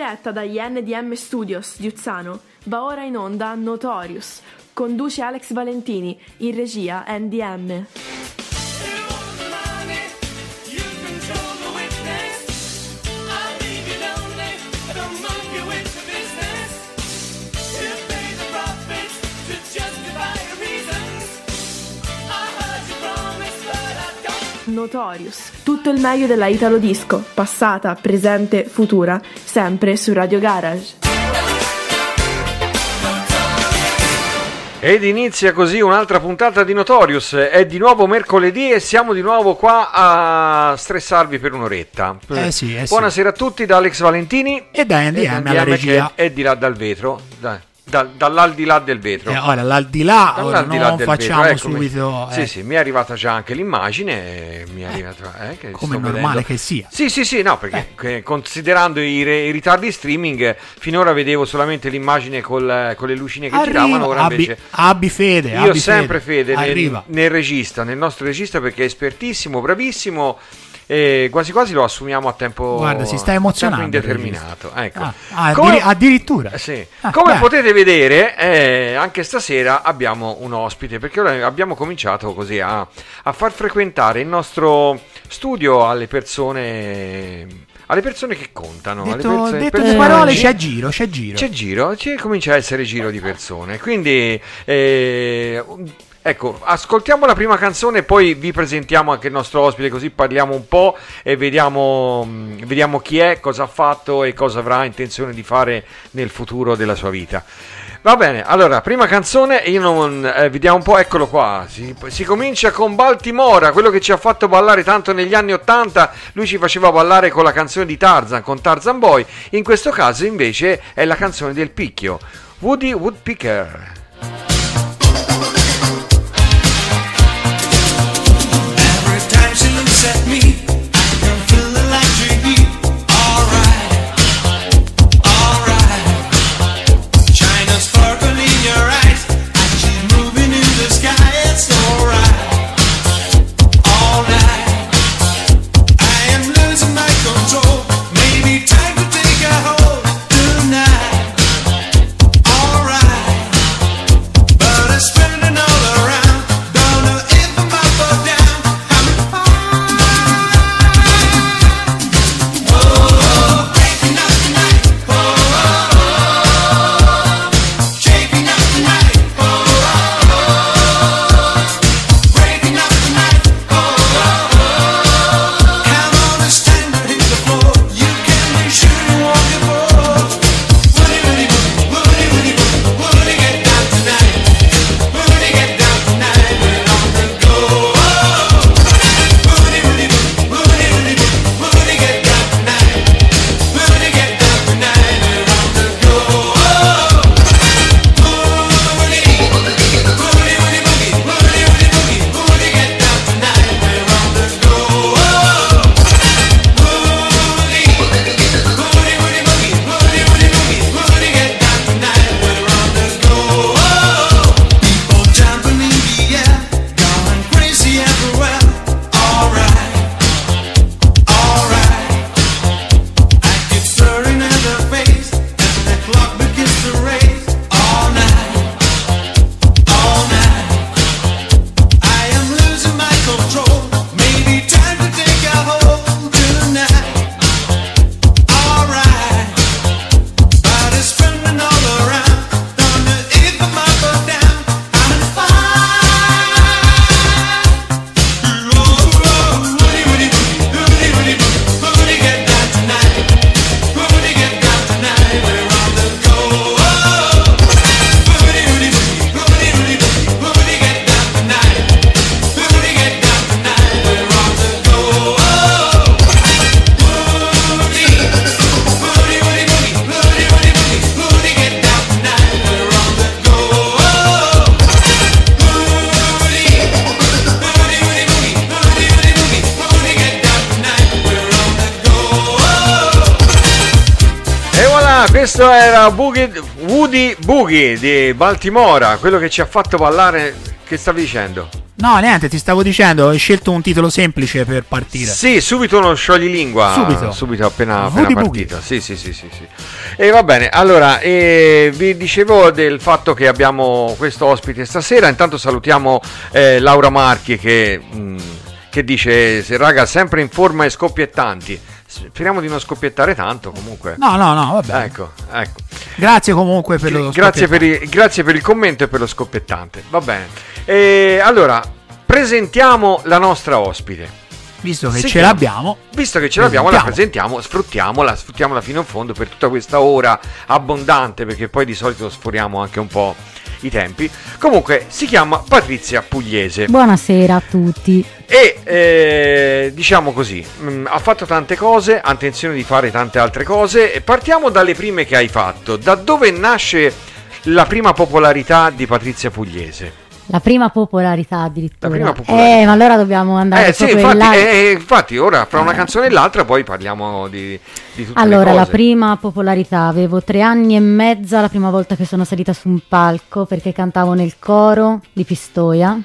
diretta dagli NDM Studios di Uzzano, va ora in onda Notorious. Conduce Alex Valentini, in regia NDM. Notorious, tutto il meglio della Italo Disco, passata, presente, futura, sempre su Radio Garage. Ed inizia così un'altra puntata di Notorious. È di nuovo mercoledì e siamo di nuovo qua a stressarvi per un'oretta. Sì. Buonasera a tutti da Alex Valentini e da NDM alla regia. Che è di là dal vetro, dall'aldilà del vetro. Ora l'aldilà, non facciamo vetro, subito. Sì, mi è arrivata già anche l'immagine. Mi è arrivata, che come è normale che sia. Sì, no, perché considerando i ritardi streaming, finora vedevo solamente l'immagine con le lucine che giravano. Ora invece abbi fede. Io ho sempre fede nel regista, nel nostro regista, perché è espertissimo, bravissimo. E quasi lo assumiamo a tempo, guarda, si sta emozionando, indeterminato. Ecco. Addirittura. Sì. Come potete vedere, anche stasera abbiamo un ospite, perché ora abbiamo cominciato così a far frequentare il nostro studio alle persone che contano. Detto le parole, c'è giro. Comincia a essere giro di persone. Quindi ecco, ascoltiamo la prima canzone e poi vi presentiamo anche il nostro ospite, così parliamo un po' e vediamo chi è, cosa ha fatto e cosa avrà intenzione di fare nel futuro della sua vita. Va bene, allora, prima canzone, vediamo un po', eccolo qua, si comincia con Baltimora, quello che ci ha fatto ballare tanto negli anni '80, lui ci faceva ballare con la canzone di Tarzan, con Tarzan Boy, in questo caso invece è la canzone del picchio, Woody Woodpecker. At me, I can feel the electric heat. Alright. China's sparkle in your eyes, and she's moving in the sky. It's alright. All night, I am losing my control. Maybe time to take a hold tonight. Alright, but it's spinning all around. Don't know if I'm up or down. Questo era Woody Boogie di Baltimora, quello che ci ha fatto ballare. Che stavi dicendo? No, niente, ti stavo dicendo, hai scelto un titolo semplice per partire. Sì, subito uno scioglilingua. Subito appena partito. Sì. E va bene, allora, vi dicevo del fatto che abbiamo questo ospite stasera. Intanto salutiamo Laura Marchi che dice: se raga, sempre in forma e scoppiettanti. Speriamo di non scoppiettare tanto, comunque. No, vabbè. Ecco. Grazie comunque per lo grazie per il commento e per lo scoppiettante. Va bene. Allora, presentiamo la nostra ospite. Visto che ce l'abbiamo, la presentiamo, sfruttiamola fino in fondo per tutta questa ora abbondante, perché poi di solito sforiamo anche un po' i tempi. Comunque si chiama Patrizia Pugliese. Buonasera a tutti. E diciamo così, ha fatto tante cose, ha intenzione di fare tante altre cose, e partiamo dalle prime che hai fatto. Da dove nasce la prima popolarità di Patrizia Pugliese? La prima popolarità addirittura. La prima popolarità. Ma allora dobbiamo andare infatti ora fra una canzone e l'altra poi parliamo di tutte allora, le cose. La prima popolarità, avevo 3 anni e mezza la prima volta che sono salita su un palco, perché cantavo nel coro di Pistoia.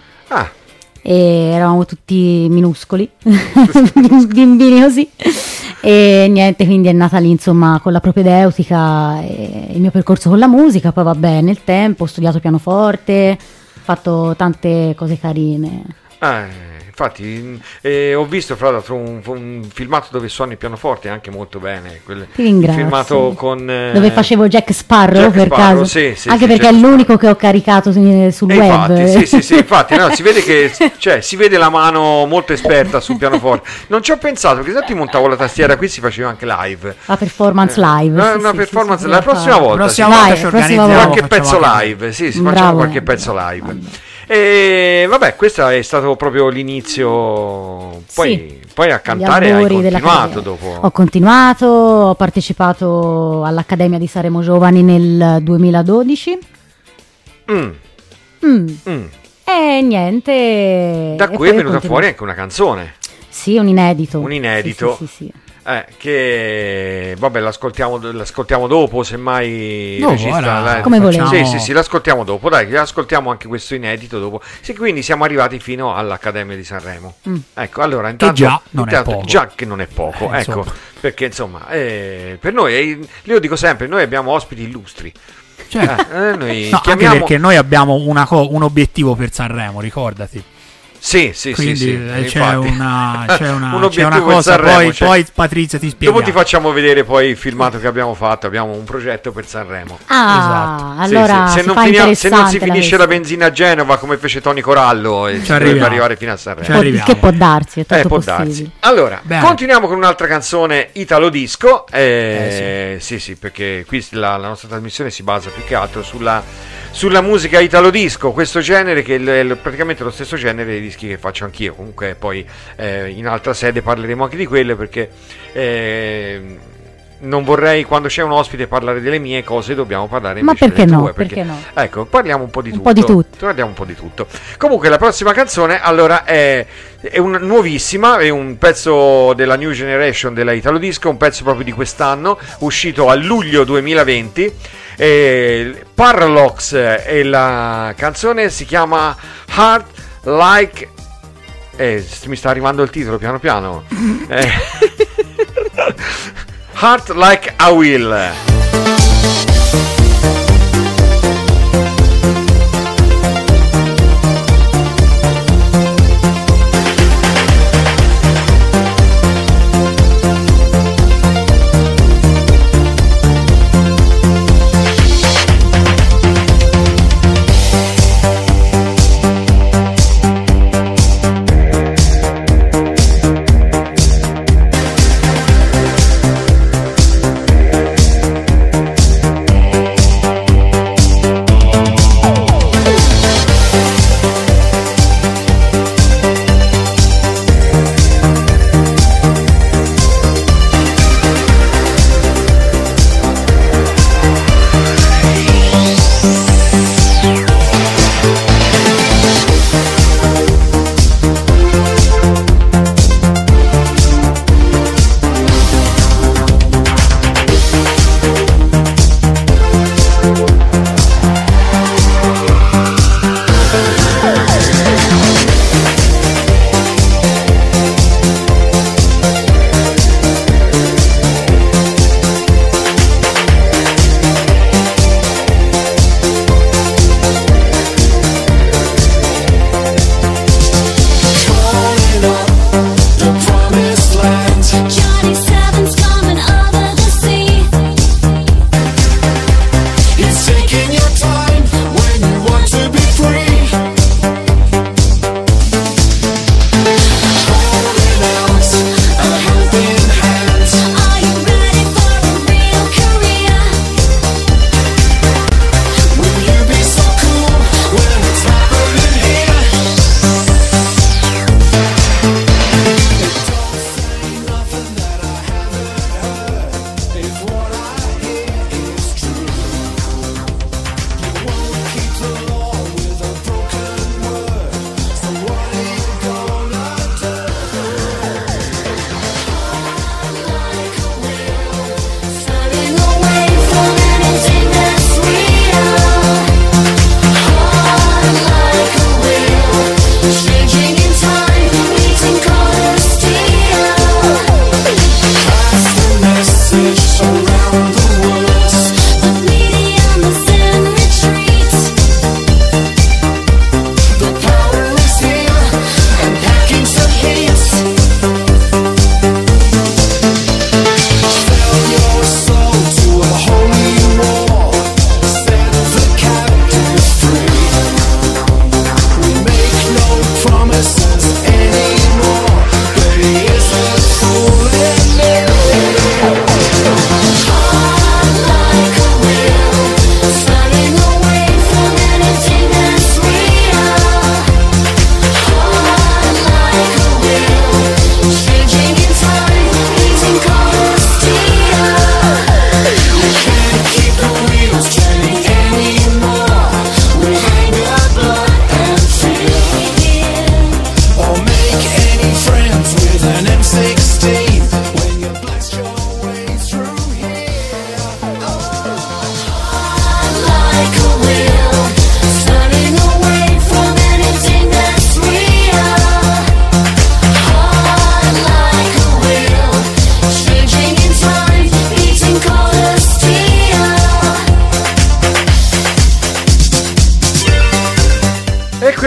E eravamo tutti minuscoli, bimbini così. E niente, quindi è nata lì insomma con la propedeutica e il mio percorso con la musica. Poi vabbè, nel tempo ho studiato pianoforte, fatto tante cose carine. Infatti ho visto fra l'altro un filmato dove suoni il pianoforte anche molto bene. Ti ringrazio. Filmato con dove facevo Jack Sparrow per caso. Sì, anche perché Jack è l'unico che ho caricato sul web. Infatti, sì, infatti no, si vede che si vede la mano molto esperta sul pianoforte. Non ci ho pensato, perché se ti montavo la tastiera qui si faceva anche live. La performance live. Una performance la prossima volta. Ci organizziamo qualche pezzo live. Sì, facciamo qualche pezzo live. E vabbè, questo è stato proprio l'inizio. Poi a cantare hai continuato dopo. Ho continuato, ho partecipato all'Accademia di Sanremo Giovani nel 2012. E niente. Da cui è venuta fuori anche una canzone. Sì, un inedito. Sì. Che vabbè, l'ascoltiamo dopo, semmai regista, come volete. Sì, l'ascoltiamo dopo, dai, ascoltiamo anche questo inedito dopo. Sì, quindi siamo arrivati fino all'Accademia di Sanremo. Ecco, allora intanto che già non è poco, ecco, perché insomma, per noi, io dico sempre, noi abbiamo ospiti illustri. Noi anche perché noi abbiamo un obiettivo per Sanremo, ricordati. Sì, quindi c'è una obiettivo cosa, Sanremo, poi Patrizia ti spiega. Dopo ti facciamo vedere poi il filmato che abbiamo fatto, abbiamo un progetto per Sanremo. Esatto. Allora se non si finisce la benzina a Genova come fece Tony Corallo, e dovrebbe arrivare fino a Sanremo. Che può darsi, è tutto possibile. Darsi. Allora, continuiamo con un'altra canzone italo disco. Sì, perché qui la nostra trasmissione si basa più che altro sulla musica italo disco, questo genere che è praticamente lo stesso genere dei dischi che faccio anch'io. Comunque poi in altra sede parleremo anche di quelle, perché non vorrei, quando c'è un ospite, parlare delle mie cose, dobbiamo parlare invece delle tue, perché no? Ecco, parliamo un po' di tutto. Parliamo un po' di tutto. Comunque la prossima canzone allora è una nuovissima, è un pezzo della New Generation della Italo Disco, un pezzo proprio di quest'anno, uscito a luglio 2020. Paralox, e la canzone si chiama Heart Like mi sta arrivando il titolo piano piano. Heart Like I Will.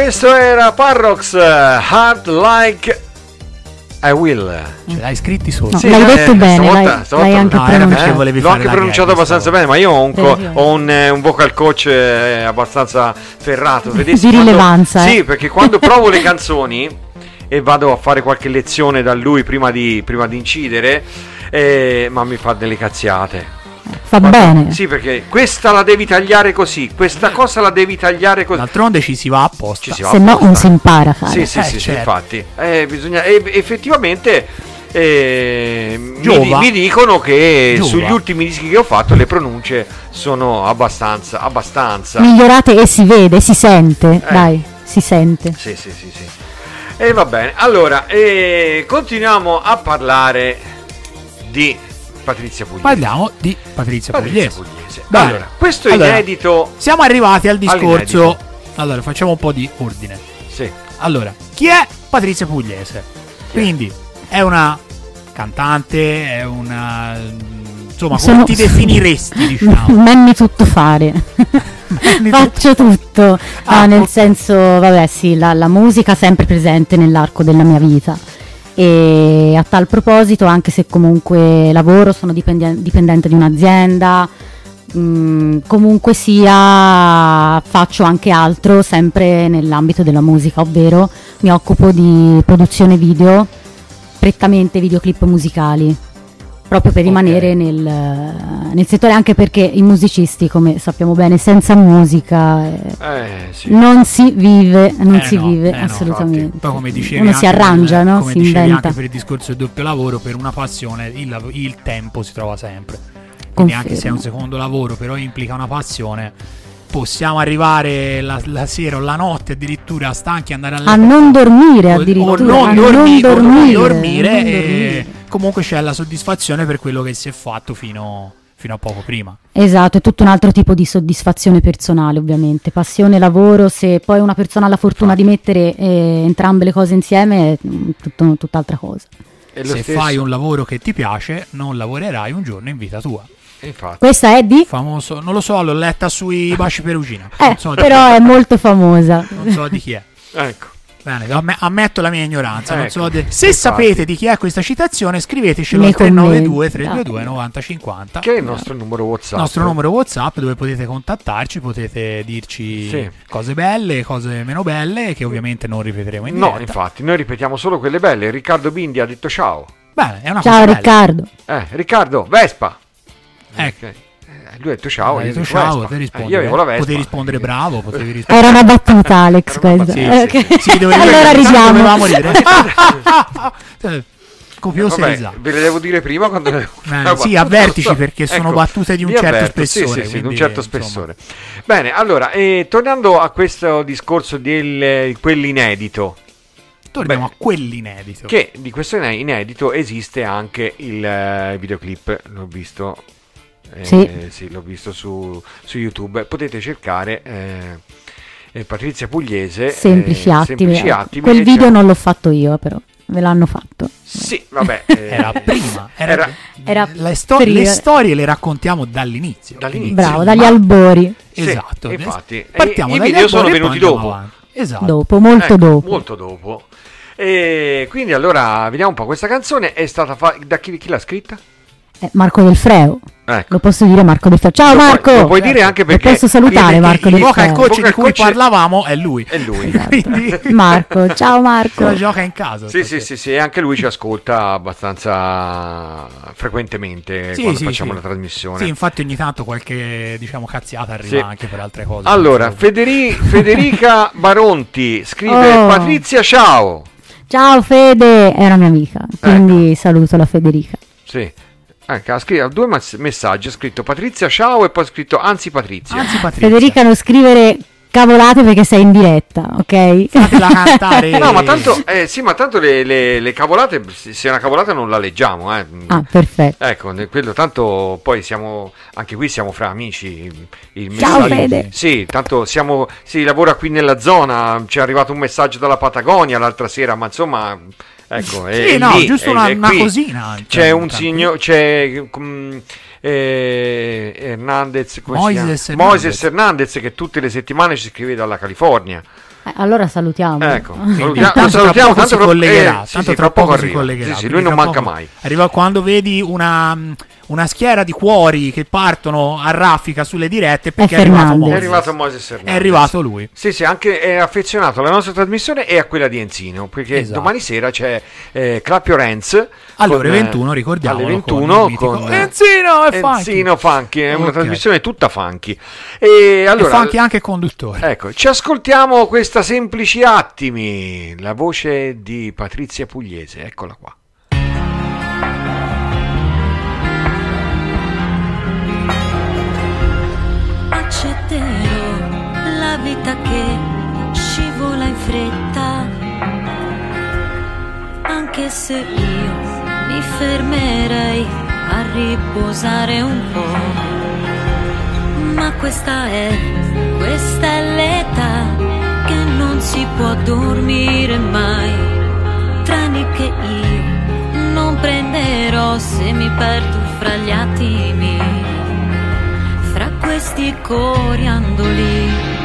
questo era Parrox, Hard Like I Will. Ce l'hai scritti sotto? No, sì, l'hai detto bene, stavolta l'hai anche pronunciato. L'ho anche pronunciato abbastanza bene, ma io ho un vocal coach abbastanza ferrato. Di rilevanza. Sì, perché quando provo le canzoni e vado a fare qualche lezione da lui prima di incidere, ma mi fa delle cazziate. Fa bene. Sì, perché questa la devi tagliare così, questa cosa la devi tagliare così. D'altronde ci si va apposta. Se no non si impara a fare. Sì, certo. infatti. Bisogna effettivamente mi dicono che sugli ultimi dischi che ho fatto le pronunce sono abbastanza migliorate, e si vede, si sente. Dai, si sente. Sì. E va bene. Allora, continuiamo a parlare di Patrizia Pugliese. Parliamo di Patrizia Pugliese. Allora, questo è inedito. Siamo arrivati al discorso. Allora, facciamo un po' di ordine. Sì. Allora, chi è Patrizia Pugliese? Quindi è una cantante, è una, insomma, come ti definiresti, diciamo? Manni tutto fare. Faccio tutto. Nel senso, vabbè, sì, la musica è sempre presente nell'arco della mia vita. E a tal proposito, anche se comunque lavoro, sono dipendente di un'azienda, comunque sia faccio anche altro sempre nell'ambito della musica, ovvero mi occupo di produzione video, prettamente videoclip musicali, proprio per rimanere nel settore, anche perché i musicisti, come sappiamo bene, senza musica non si vive, assolutamente. Poi, come dicevi, uno si arrangia, no? Come si dicevi inventa. anche per il discorso del doppio lavoro, per una passione il tempo si trova sempre. Quindi anche se è un secondo lavoro, però implica una passione, possiamo arrivare la sera o la notte addirittura stanchi, andare a non dormire addirittura, o non dormire. E comunque c'è la soddisfazione per quello che si è fatto fino a poco prima. Esatto, è tutto un altro tipo di soddisfazione personale, ovviamente. Passione, lavoro, se poi una persona ha la fortuna di mettere entrambe le cose insieme, è tutt'altra cosa. Se fai un lavoro che ti piace, non lavorerai un giorno in vita tua. Infatti. Questa è di? Famoso, non lo so, l'ho letta sui Baci Perugina. Però è molto famosa. Non so di chi è. Ecco. Bene, ammetto la mia ignoranza. Ecco, non so se sapete di chi è questa citazione, scrivetecelo al 392 322 9050, che è il nostro numero WhatsApp. Nostro numero WhatsApp, dove potete contattarci, potete dirci cose belle, cose meno belle, che ovviamente non ripeteremo in diretta. No, infatti, noi ripetiamo solo quelle belle. Riccardo Bindi ha detto ciao. Bene, è una ciao cosa Riccardo. Riccardo, Vespa. Ecco. Lui ha detto ciao. Ha detto ciao, io avevo la Vespa. Potevi rispondere bravo, potevi rispondere. Era una battuta, Alex, questa. Sì, allora ridiamo. Dovevamo ridere. Copiosa risata. Ve le devo dire prima quando sì, avvertici, perché sono battute di un certo spessore. Sì, di un certo spessore. Bene, allora, tornando a questo discorso di quell'inedito. Torniamo a quell'inedito. Che di questo inedito esiste anche il videoclip, l'ho visto. Sì, l'ho visto su YouTube. Potete cercare Patrizia Pugliese. Semplici attimi. Quel video non l'ho fatto io, però ve l'hanno fatto. Sì, vabbè. Era prima. Era le storie le raccontiamo dall'inizio. Bravo, dagli albori. Esatto. Sì, infatti. Partiamo i video sono venuti dopo. Esatto. Molto dopo. E quindi allora vediamo un po'. Questa canzone è stata da chi l'ha scritta? Marco Del Freo. Ecco. Lo posso dire, Marco Del Freo. Ciao Marco! Lo puoi dire anche perché lo posso salutare, Marco Del Freo. Il vocal coach di cui parlavamo è lui. Esatto. Marco, ciao Marco. Lo gioca in casa. Sì, e anche lui ci ascolta abbastanza frequentemente quando facciamo la trasmissione. Sì, infatti ogni tanto qualche, cazziata arriva anche per altre cose. Allora, Federica Baronti scrive: Patrizia, ciao! Ciao Fede, è una mia amica, quindi saluto la Federica. Sì. Ha scritto 2 messaggi, ha scritto Patrizia ciao e poi ha scritto anzi Patrizia. Federica, non scrivere cavolate perché sei in diretta, ok? Fatela cantare. No, ma tanto le cavolate, se è una cavolata non la leggiamo, Ah, perfetto. Ecco, quello tanto poi siamo anche qui siamo fra amici. Ciao Fede. Sì, tanto si lavora qui nella zona, ci è arrivato un messaggio dalla Patagonia l'altra sera, ma insomma ecco, giusto una cosina. C'è un signore, c'è Moises Hernandez che tutte le settimane ci scrive dalla California. Allora salutiamo. Ecco, salutiamo, tanto si collegherà. Tanto tra poco si arriva. collegherà. Sì, lui non manca mai. Arriva quando vedi una schiera di cuori che partono a raffica sulle dirette, perché è arrivato Moses Hernandez. È arrivato lui. Sì, anche è affezionato alla nostra trasmissione e a quella di Enzino, perché domani sera c'è Clap Your Hands alle ore 21, ricordiamo. Alle 21 con Enzino Funky, è una trasmissione tutta funky. E allora funky anche conduttore. Ecco, ci ascoltiamo questa Semplici Attimi, la voce di Patrizia Pugliese, eccola qua. Accetterò la vita che scivola in fretta, anche se io mi fermerei a riposare un po', ma questa è l'età che non si può dormire mai, treni che io non prenderò se mi perdo fra gli attimi, fra questi coriandoli.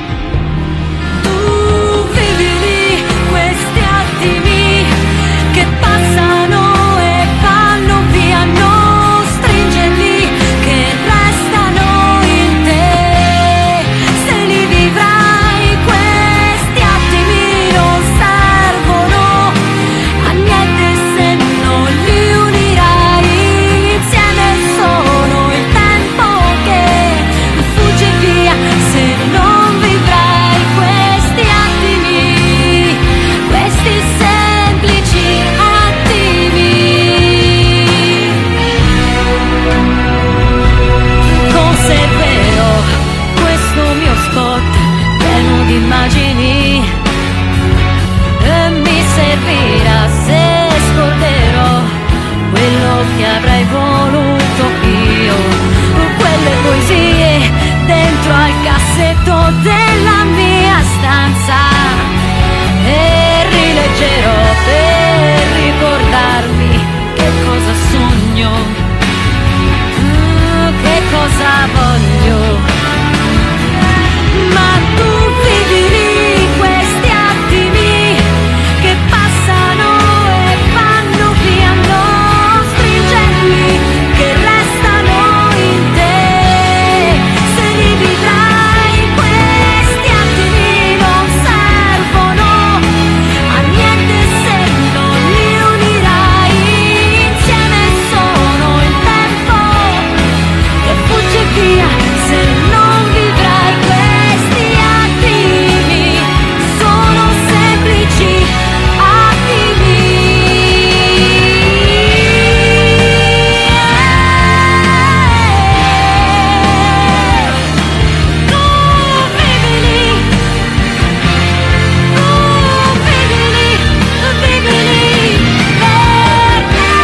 Tu vivili questi attimi che passano e vanno via, non stringerli che restano in te. Se li vivrai questi attimi non servono a niente se non li unirai insieme, sono il tempo che fugge via se non vivrai questi attimi, questi semplici attimi. Conserverò questo mio spot pieno di immagini e mi servirà se scorderò quello che avrei voluto io, quelle poesie dentro al cassetto della mia stanza, e rileggerò per ricordarmi che cosa sogno, che cosa voglio. Ma tu vivili questi attimi che passano e vanno via, non stringerli che restano in te. Se li vivrai questi attimi non servono a niente se non li unirai insieme, sono il tempo che fugge via se non vivrai questi attimi, sono semplici attimi. Tu vivili, vivili per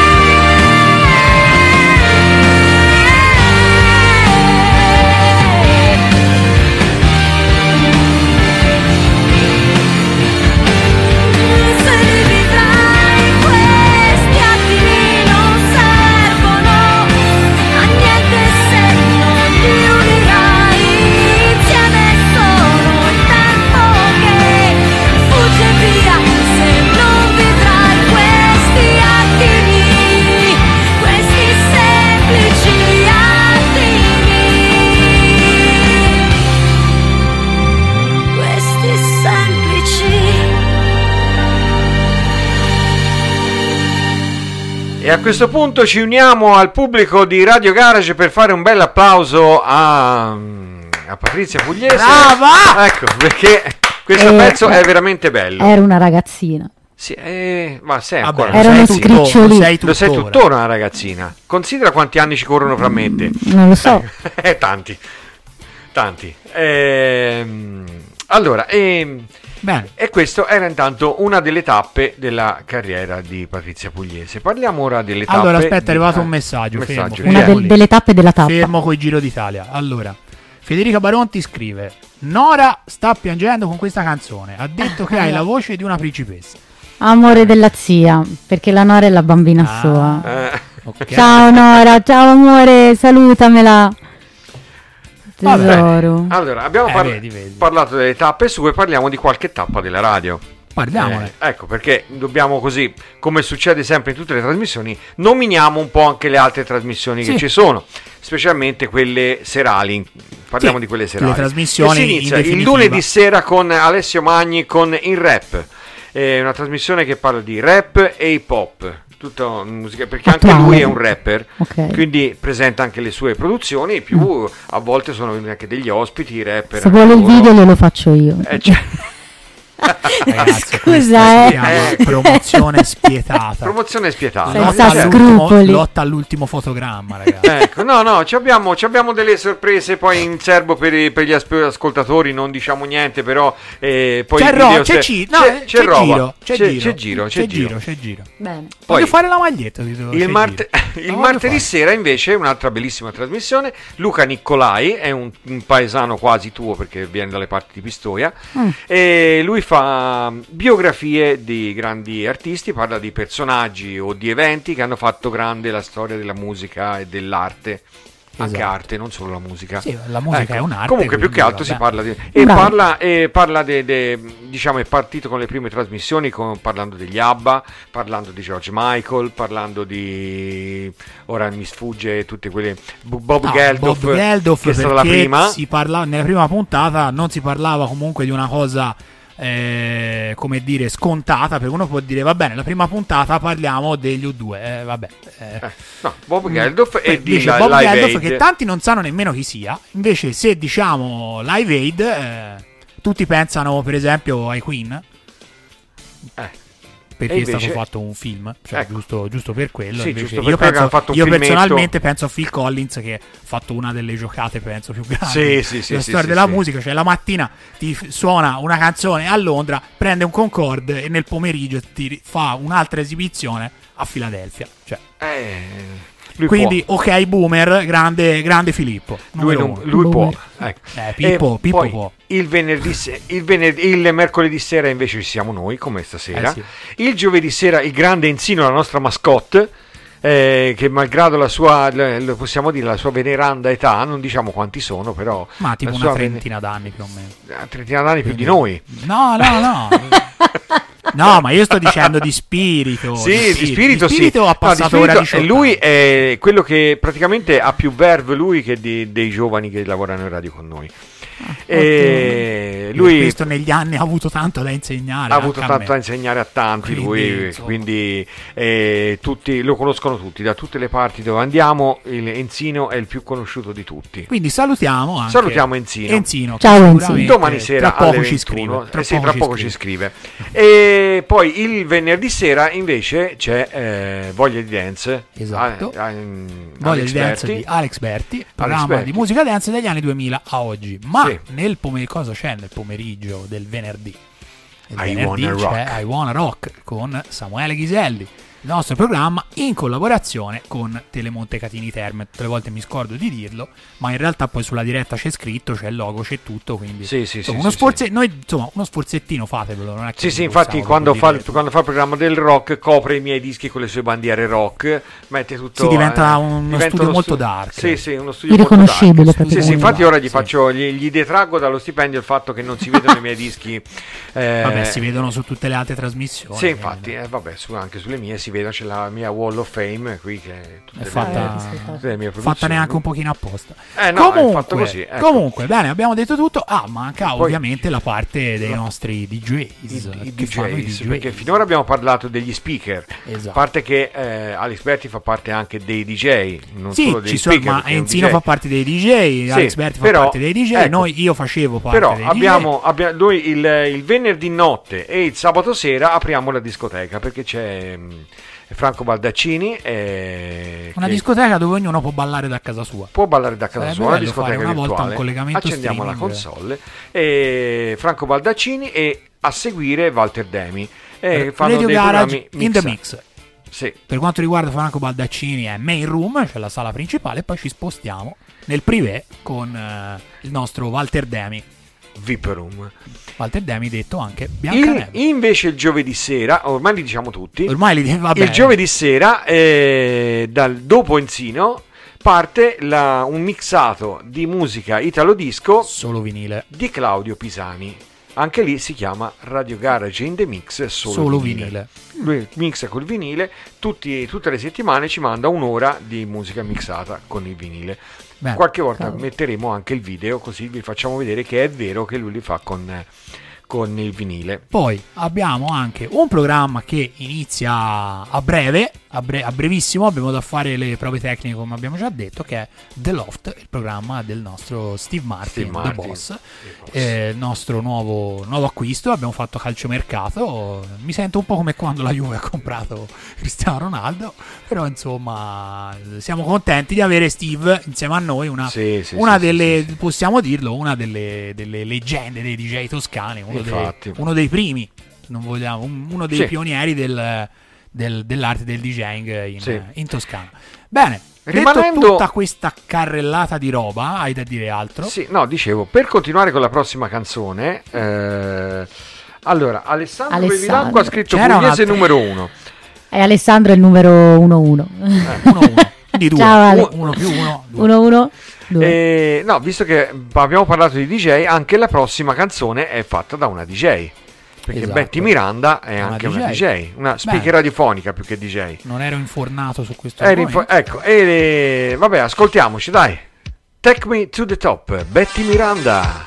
se li vivrai questi attimi non servono a niente se non li unirai insieme, sono il tempo che fugge via se non vivrai questi attimi, questi semplici attimi, questi semplici. E a questo punto ci uniamo al pubblico di Radio Garage per fare un bel applauso a Patrizia Pugliese. Brava! Ecco, perché questo pezzo è veramente bello. Era una ragazzina. Sì, ma sei Vabbè, ancora. Era uno scricciolino. Lo sei tuttora una ragazzina. Considera quanti anni ci corrono fra me e te. Non lo so. Tanti. Allora, Bene. e questo era intanto una delle tappe della carriera di Patrizia Pugliese. Parliamo ora delle tappe. Allora, aspetta, è arrivato un messaggio. Fermo. Una delle tappe della tappa. Fermo coi Giro d'Italia. Allora, Federica Baronti scrive: Nora sta piangendo con questa canzone. Ha detto che hai la voce di una principessa. Amore della zia, perché la Nora è la bambina sua. Okay. Ciao Nora, ciao amore, salutamela. Tesoro. Allora, abbiamo parlato delle tappe sue, parliamo di qualche tappa della radio. Parliamone. Ecco, perché dobbiamo così, come succede sempre in tutte le trasmissioni, nominiamo un po' anche le altre trasmissioni che ci sono, specialmente quelle serali. Parliamo di quelle serali. Le trasmissioni si inizia il lunedì sera con Alessio Magni con In Rap. È una trasmissione che parla di rap e hip hop. Tutta musica, perché anche lui è un rapper, quindi presenta anche le sue produzioni, più a volte sono anche degli ospiti rapper. Se vuole il video glielo faccio io. Ragazzi, scusa, promozione spietata. Promozione spietata. Lotta all'ultimo fotogramma, ragazzi. Ecco, no, ci abbiamo delle sorprese poi in serbo per gli ascoltatori, non diciamo niente, però poi c'è giro. Bene. Voglio fare la maglietta. Il martedì sera invece un'altra bellissima trasmissione. Luca Nicolai è un paesano quasi tuo, perché viene dalle parti di Pistoia, e lui fa biografie di grandi artisti, parla di personaggi o di eventi che hanno fatto grande la storia della musica e dell'arte. Anche arte, non solo la musica. Sì, la musica è un'arte. Comunque più che altro si parla di... parla diciamo, è partito con le prime trasmissioni parlando degli ABBA, parlando di George Michael, parlando di... ora mi sfugge tutte quelle... Bob Geldof, che è stata la prima. Nella prima puntata non si parlava comunque di una cosa... come dire, scontata, perché uno può dire va bene, la prima puntata parliamo degli U2, no, Bob Geldof e di Bob Live Geldof, Aid, che tanti non sanno nemmeno chi sia. Invece se diciamo Live Aid, tutti pensano per esempio ai Queen, perché invece... è stato fatto un film, cioè, giusto per quello. Invece, io personalmente penso a Phil Collins, che ha fatto una delle giocate penso più grandi della storia della musica. Cioè la mattina ti suona una canzone a Londra, prende un Concorde e nel pomeriggio ti fa un'altra esibizione a Filadelfia, cioè. Quindi può. Ok boomer, grande Filippo. Lui può. Pippo può. Il mercoledì sera invece ci siamo noi, come stasera. Il giovedì sera il grande Enzino, la nostra mascotte, che malgrado la sua, lo possiamo dire, la sua veneranda età, non diciamo quanti sono, però... Ma tipo una trentina d'anni più o meno. Una trentina d'anni più di noi. No. No, ma io sto dicendo di spirito. Sì, di spirito ha passato ora 18 lui è quello che praticamente ha più verve lui che dei giovani che lavorano in radio con noi. Lui questo negli anni ha avuto tanto da insegnare. Ha avuto tanto da insegnare a tanti, quindi tutti lo conoscono tutti, da tutte le parti dove andiamo. Enzino è il più conosciuto di tutti. Quindi salutiamo Enzino. Ciao Enzino. Domani sera tra poco ci scrive. Tra poco ci scrive. E poi il venerdì sera invece c'è Voglia di Dance. Esatto. Voglia di Dance di Alex Berti, programma di musica dance dagli anni 2000 a oggi. Ma nel cosa c'è nel pomeriggio del venerdì? I Wanna Rock con Samuele Ghiselli, il nostro programma in collaborazione con Telemonte Catini Terme. Tutte le volte mi scordo di dirlo, ma in realtà poi sulla diretta c'è scritto, c'è il logo, c'è tutto, quindi noi insomma uno sforzettino fatevelo, non è che infatti quando fa il programma del rock copre i miei dischi con le sue bandiere rock, mette tutto, diventa uno studio molto dark, uno studio irriconoscibile, molto dark. Infatti ora gli detraggo dallo stipendio il fatto che non si vedono i miei dischi. Vabbè, si vedono su tutte le altre trasmissioni. Sì, infatti, anche sulle mie si vede, c'è la mia Wall of Fame qui che è fatta le mie fatta neanche un pochino apposta. Comunque, bene, abbiamo detto tutto. Manca poi, ovviamente la parte dei nostri DJs, i DJs, perché finora abbiamo parlato degli speaker, a parte che Alex Berti fa parte anche dei DJ, non solo dei speaker, ma Enzino fa parte dei DJ, Alex Berti fa parte dei DJ, io facevo parte dei DJ. Abbiamo noi il venerdì notte e il sabato sera apriamo la discoteca, perché c'è Franco Baldaccini, una discoteca dove ognuno può ballare da casa sua. Una discoteca una volta virtuale. un collegamento accendiamo la console e Franco Baldaccini e a seguire Walter Demi, fanno Radio dei Garage programmi in the mix. Sì. Per quanto riguarda Franco Baldaccini è main room, cioè la sala principale, e poi ci spostiamo nel privé con il nostro Walter Demi, VIP Room. Walter Demi, detto anche Biancaneve. Invece il giovedì sera, ormai li diciamo tutti, va bene. Il giovedì sera dopo Enzino parte un mixato di musica italo disco solo vinile di Claudio Pisani. Anche lì si chiama Radio Garage in the Mix solo vinile. Lui mixa col vinile, tutte le settimane ci manda un'ora di musica mixata con il vinile. Beh, qualche volta metteremo anche il video, così vi facciamo vedere che è vero che lui li fa con il vinile. Poi abbiamo anche un programma che inizia a brevissimo, abbiamo da fare le prove tecniche come abbiamo già detto, che è The Loft, il programma del nostro Steve Martin. The Boss. Il nostro nuovo acquisto. Abbiamo fatto calciomercato, mi sento un po' come quando la Juve ha comprato Cristiano Ronaldo, però insomma siamo contenti di avere Steve insieme a noi, una delle possiamo dirlo, una delle leggende dei DJ toscani, uno dei primi, non vogliamo, uno dei pionieri dell'arte del DJing in Toscana. Bene, rimanendo detto tutta questa carrellata di roba, hai da dire altro? Sì, no, dicevo, per continuare con la prossima canzone, allora Alessandro Bevilacqua ha scritto Pugliese numero 1. E Alessandro è il numero 11. 1-1. Di 2. Ciao Ale. 1 più 1. 1-1. 2. No, visto che abbiamo parlato di DJ, anche la prossima canzone è fatta da una DJ. Perché esatto. Betty Miranda è anche una DJ, una speaker radiofonica più che DJ. Non ero infornato su questo. Ecco, vabbè, ascoltiamoci, dai. Take Me to the Top, Betty Miranda.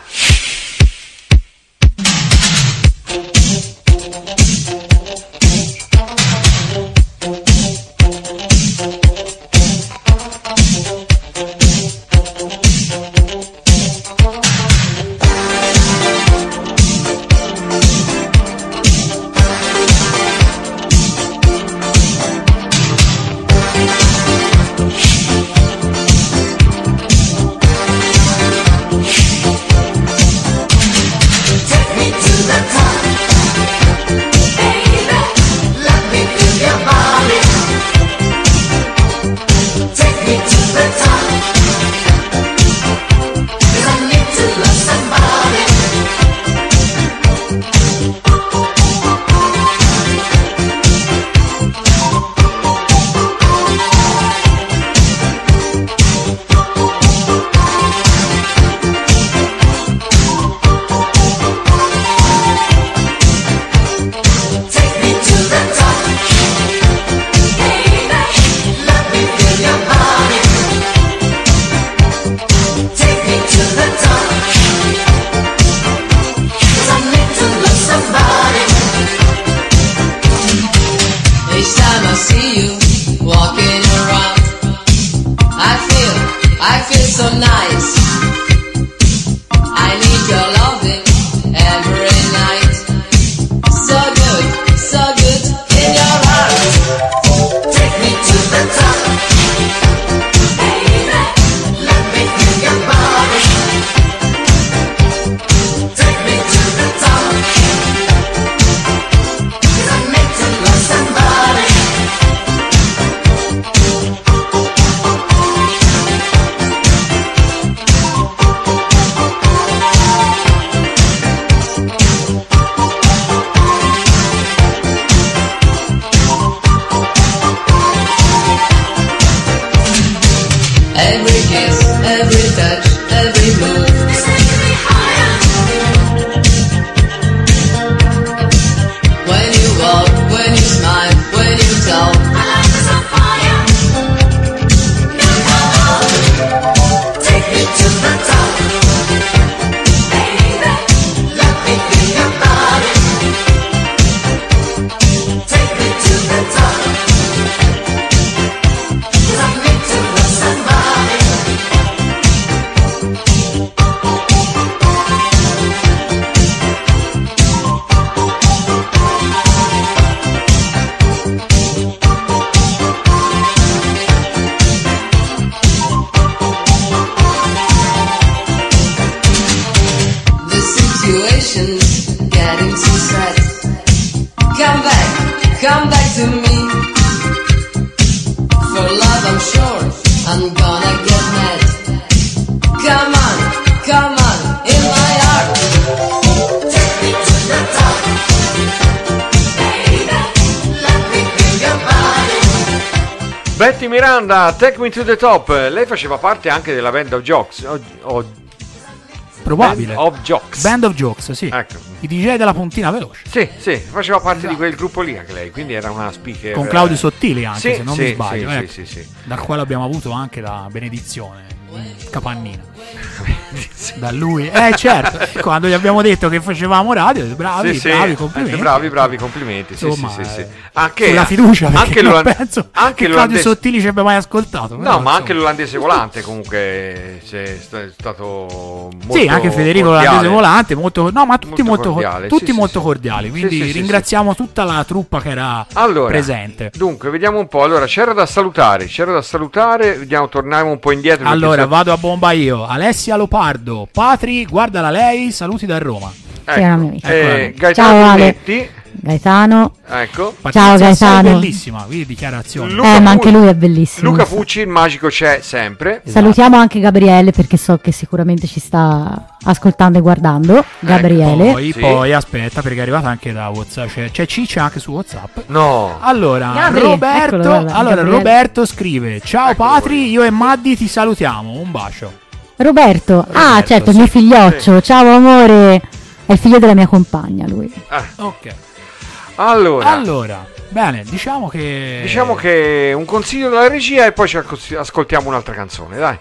Betty Miranda, Take Me to the Top. Lei faceva parte anche della Band of Jokes. Probabile. Band of Jokes, sì. Ecco. I DJ della puntina veloce. Sì, faceva parte di quel gruppo lì anche lei, quindi era una speaker. Con Claudio Sottili anche, sì, se non mi sbaglio. Sì. Dal quale abbiamo avuto anche la benedizione capannina. Da lui, certo. Quando gli abbiamo detto che facevamo radio, bravi, complimenti. Bravi, complimenti. Insomma, sì. Anche sulla fiducia, anche non penso che Claudio Sottili ci abbia mai ascoltato. No, ma anche l'olandese volante comunque è stato molto. Sì, anche Federico l'olandese volante, molto, no, ma tutti molto cordiali. Quindi ringraziamo tutta la truppa che era presente. Dunque, vediamo un po'. Allora, c'era da salutare. Vediamo, torniamo un po' indietro. Allora, vado a bomba io. Alessia Lopardo, Patri, guardala lei, saluti da Roma. Gaetano Brunetti. Gaetano, ecco. Ciao Gaetano, bellissima dichiarazione. Ma anche lui è bellissimo. Luca Pucci, il magico c'è sempre. Salutiamo anche Gabriele, perché so che sicuramente ci sta ascoltando e guardando. Gabriele. Poi aspetta, perché è arrivata anche da WhatsApp. C'è Ciccia anche su WhatsApp. No. Allora, Roberto scrive: ciao Patri, io e Maddi ti salutiamo. Un bacio. Roberto, certo, il mio figlioccio. Ciao amore. È il figlio della mia compagna, lui. Ok. Allora, bene, diciamo che un consiglio della regia e poi ci ascoltiamo un'altra canzone, dai.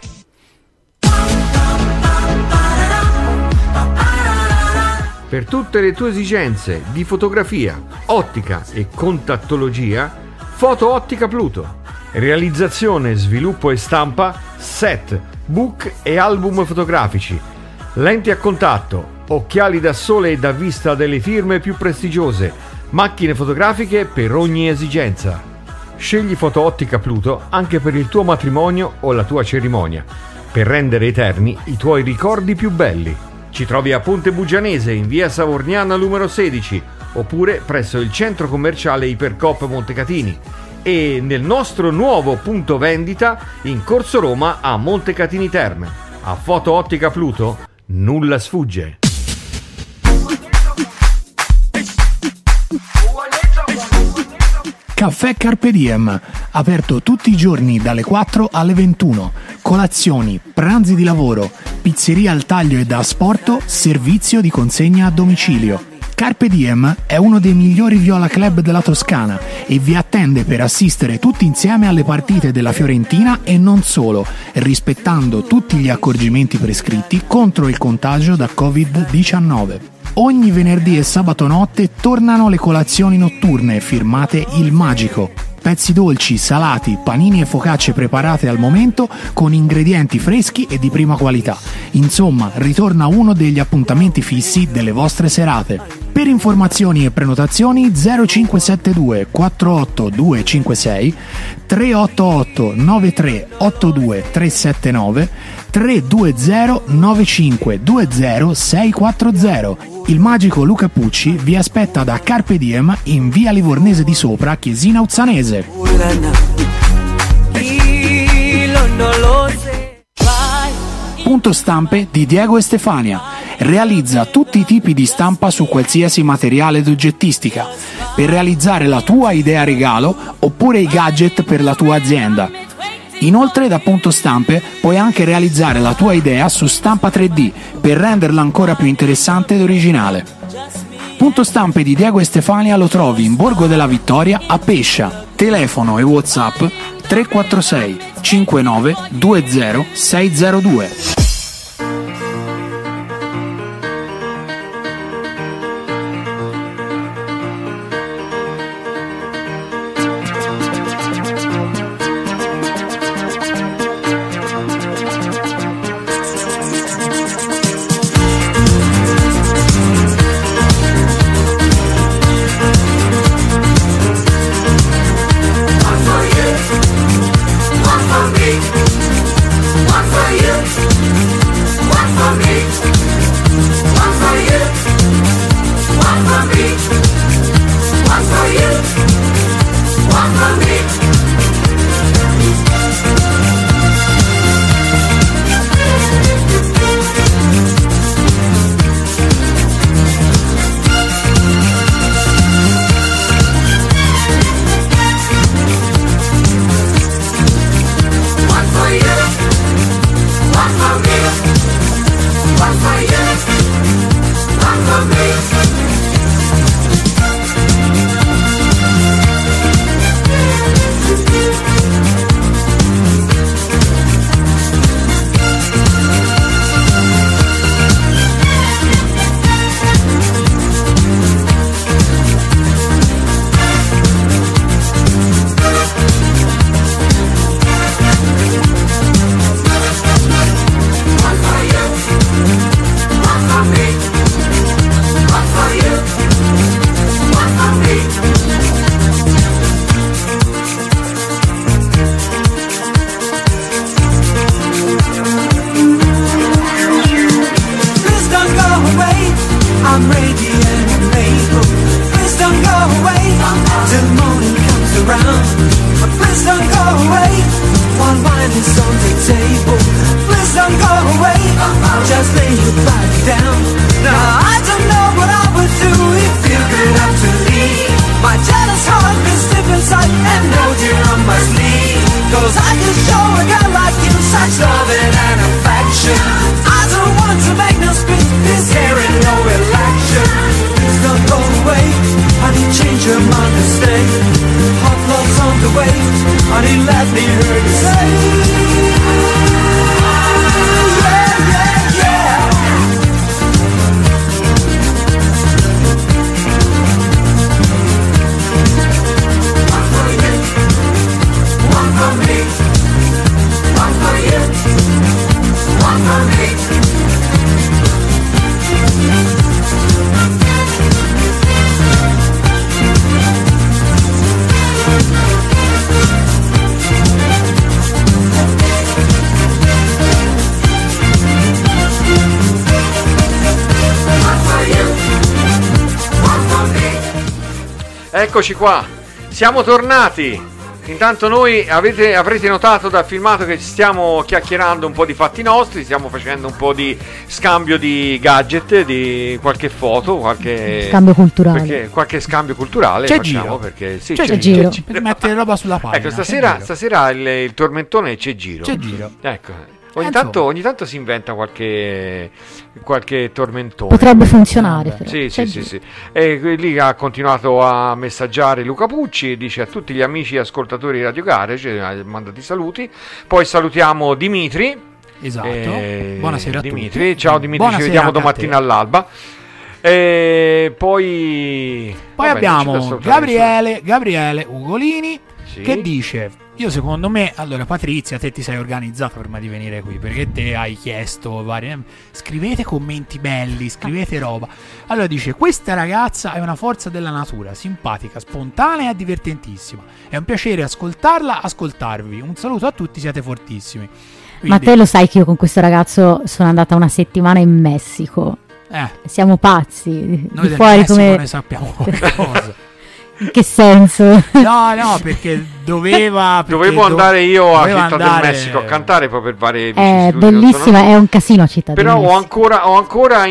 Per tutte le tue esigenze di fotografia, ottica e contattologia, Foto Ottica Pluto. Realizzazione, sviluppo e stampa, set, book e album fotografici, lenti a contatto, occhiali da sole e da vista delle firme più prestigiose, macchine fotografiche per ogni esigenza. Scegli Foto Ottica Pluto anche per il tuo matrimonio o la tua cerimonia, per rendere eterni i tuoi ricordi più belli. Ci trovi a Ponte Bugianese in via Savorniana numero 16 oppure presso il centro commerciale Ipercoop Montecatini e nel nostro nuovo punto vendita in Corso Roma a Montecatini Terme. A Foto Ottica Pluto nulla sfugge. Caffè Carpe Diem, aperto tutti i giorni dalle 4 alle 21. Colazioni, pranzi di lavoro, pizzeria al taglio e da asporto, servizio di consegna a domicilio. Carpe Diem è uno dei migliori viola club della Toscana e vi attende per assistere tutti insieme alle partite della Fiorentina e non solo, rispettando tutti gli accorgimenti prescritti contro il contagio da Covid-19. Ogni venerdì e sabato notte tornano le colazioni notturne firmate Il Magico. Pezzi dolci, salati, panini e focacce preparate al momento con ingredienti freschi e di prima qualità. Insomma, ritorna uno degli appuntamenti fissi delle vostre serate. Per informazioni e prenotazioni 0572 48256 388 93 82 379 320 95 20 640. Il magico Luca Pucci vi aspetta da Carpe Diem in via Livornese di Sopra, Chiesina Uzzanese. Punto stampe di Diego e Stefania. Realizza tutti i tipi di stampa su qualsiasi materiale d'oggettistica per realizzare la tua idea regalo oppure i gadget per la tua azienda. Inoltre da Punto Stampe puoi anche realizzare la tua idea su stampa 3D per renderla ancora più interessante ed originale. Punto Stampe di Diego e Stefania lo trovi in Borgo della Vittoria a Pescia. Telefono e WhatsApp 346 59 20 602. One for you. I'm radiant and able. Please don't go away till morning comes around. Please don't go away while wine is on the table. Please don't go away, just lay your body down. Now I don't know what I would do if you could have to leave. My jealous heart is stiff inside and no dear I must leave. Cause I can show a girl like you such loving and affection. I don't want to make no speech, this here ain't no election. Please don't go away, honey, change your mind and stay. Hot love's on the way, honey, let me hear you say. Yeah, yeah, yeah. One for you, one for me. One for you, one for me. Eccoci qua, siamo tornati. Intanto noi avrete notato dal filmato che stiamo chiacchierando un po' di fatti nostri, stiamo facendo un po' di scambio di gadget, di qualche foto, qualche scambio culturale. Perché qualche scambio culturale c'è facciamo giro. perché sì, c'è giro. Per mettere roba sulla pagina. Ecco, stasera il tormentone c'è giro. C'è giro. Ecco. Ogni tanto si inventa qualche tormentone. Potrebbe funzionare però. Sì. E lì ha continuato a messaggiare Luca Pucci, dice a tutti gli amici ascoltatori di Radio Garage, ha mandato i saluti. Poi salutiamo Dimitri. Esatto. Buonasera a Dimitri. tutti. Ciao Dimitri, Buonasera, ci vediamo domattina all'alba. E poi abbiamo Gabriele Ugolini, sì, che dice: io secondo me, allora Patrizia, te ti sei organizzata prima di venire qui, perché te hai chiesto scrivete commenti belli, scrivete roba. Allora dice: questa ragazza è una forza della natura, simpatica, spontanea e divertentissima, è un piacere ascoltarvi, un saluto a tutti, siete fortissimi. Quindi, ma te lo sai che io con questo ragazzo sono andata una settimana in Messico. Siamo pazzi. Noi di fuori Messico come ne sappiamo qualcosa. In che senso? No, perché dovevo andare io a Città del Messico a cantare poi per varie È bellissima, è un casino a Città del Messico. Però ho ancora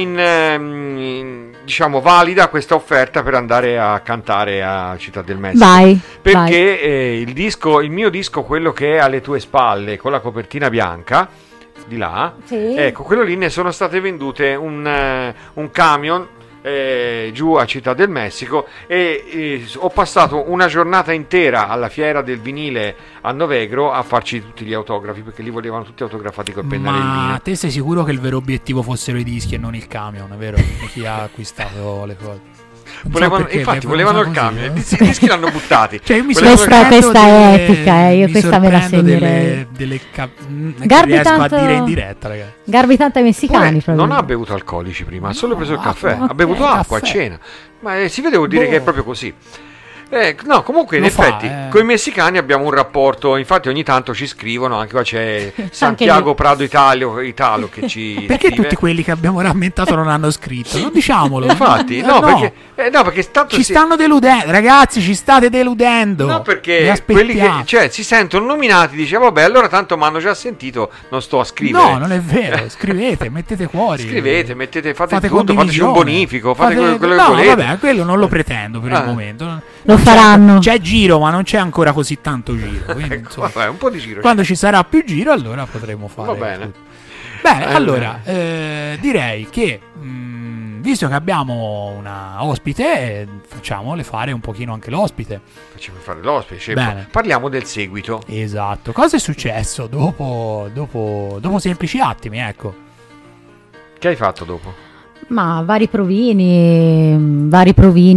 diciamo valida questa offerta per andare a cantare a Città del Messico. Vai. Perché il mio disco, quello che è alle tue spalle con la copertina bianca di là, sì, ecco, quello lì, ne sono state vendute un camion giù a Città del Messico e ho passato una giornata intera alla fiera del vinile a Novegro a farci tutti gli autografi, perché li volevano tutti autografati col pennarellino. Ma te sei sicuro che il vero obiettivo fossero i dischi e non il camion, vero? E chi ha acquistato le cose? Volevano il camion, i dischi l'hanno buttati. Cioè, questa è epica, io questa me la segnerei. Garbi riesco a dire in diretta, ragazzi. Garbi tanto ai messicani. Non ha bevuto alcolici prima, ha solo preso il caffè. Ha bevuto acqua a cena. Ma si vede, vuol dire che è proprio così. No, comunque in effetti con i messicani abbiamo un rapporto, infatti ogni tanto ci scrivono, anche qua c'è Santiago Prado Italo che ci perché scrive. Tutti quelli che abbiamo rammentato non hanno scritto? Non diciamolo. Infatti, perché tanto ci stanno deludendo, ragazzi, ci state deludendo. No, perché quelli che si sentono nominati, dice vabbè, allora tanto mi hanno già sentito, non sto a scrivere. No, non è vero, scrivete, mettete fuori. Fate tutto, fateci un bonifico, fate quello che volete. No, vabbè, quello non lo pretendo per il momento. Lo faranno. C'è giro, ma non c'è ancora così tanto giro. Quindi, insomma, vabbè, un po' di giro. Quando ci sarà più giro, allora potremo fare. Va bene. Bene, allora direi che visto che abbiamo una ospite, facciamole fare un pochino anche l'ospite. Facciamo fare l'ospite. Bene. Parliamo del seguito. Esatto. Cosa è successo dopo Semplici Attimi, ecco? Che hai fatto dopo? Ma vari provini vari.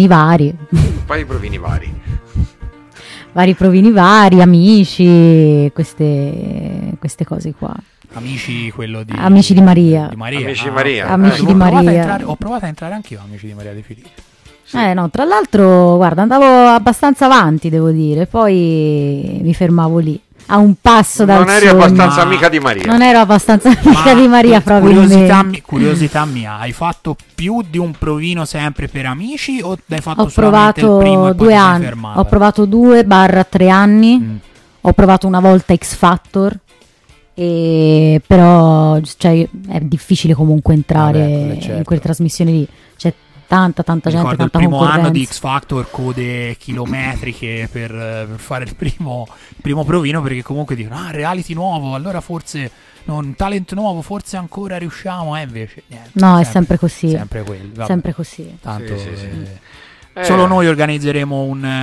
Vari provini vari, amici, queste cose qua. Amici, quello di Amici di Maria. Amici di Maria. Amici di Maria. Ho provato a entrare anch'io Amici di Maria De Filippi. Sì. No, tra l'altro, guarda, andavo abbastanza avanti, devo dire, poi mi fermavo lì. a un passo dal non eri sogno. abbastanza amica di Maria. Non ero abbastanza amica di Maria, probabilmente. Curiosità mia, hai fatto più di un provino sempre per amici o hai fatto Ho solamente il primo provato e poi 2 ti sei anni. fermata? Ho provato 2-3 anni. Ho provato una volta X Factor. Però cioè, è difficile comunque entrare certo. in quelle trasmissioni lì. C'è tanta gente, Ricordo tanta il primo concorrenza. anno di X Factor, code chilometriche per fare il primo provino, perché comunque dicono reality nuovo, allora forse un talent nuovo, forse ancora riusciamo, invece niente, no, è sempre così, sempre quello, vabbè. Sempre così. Tanto sì. Solo noi organizzeremo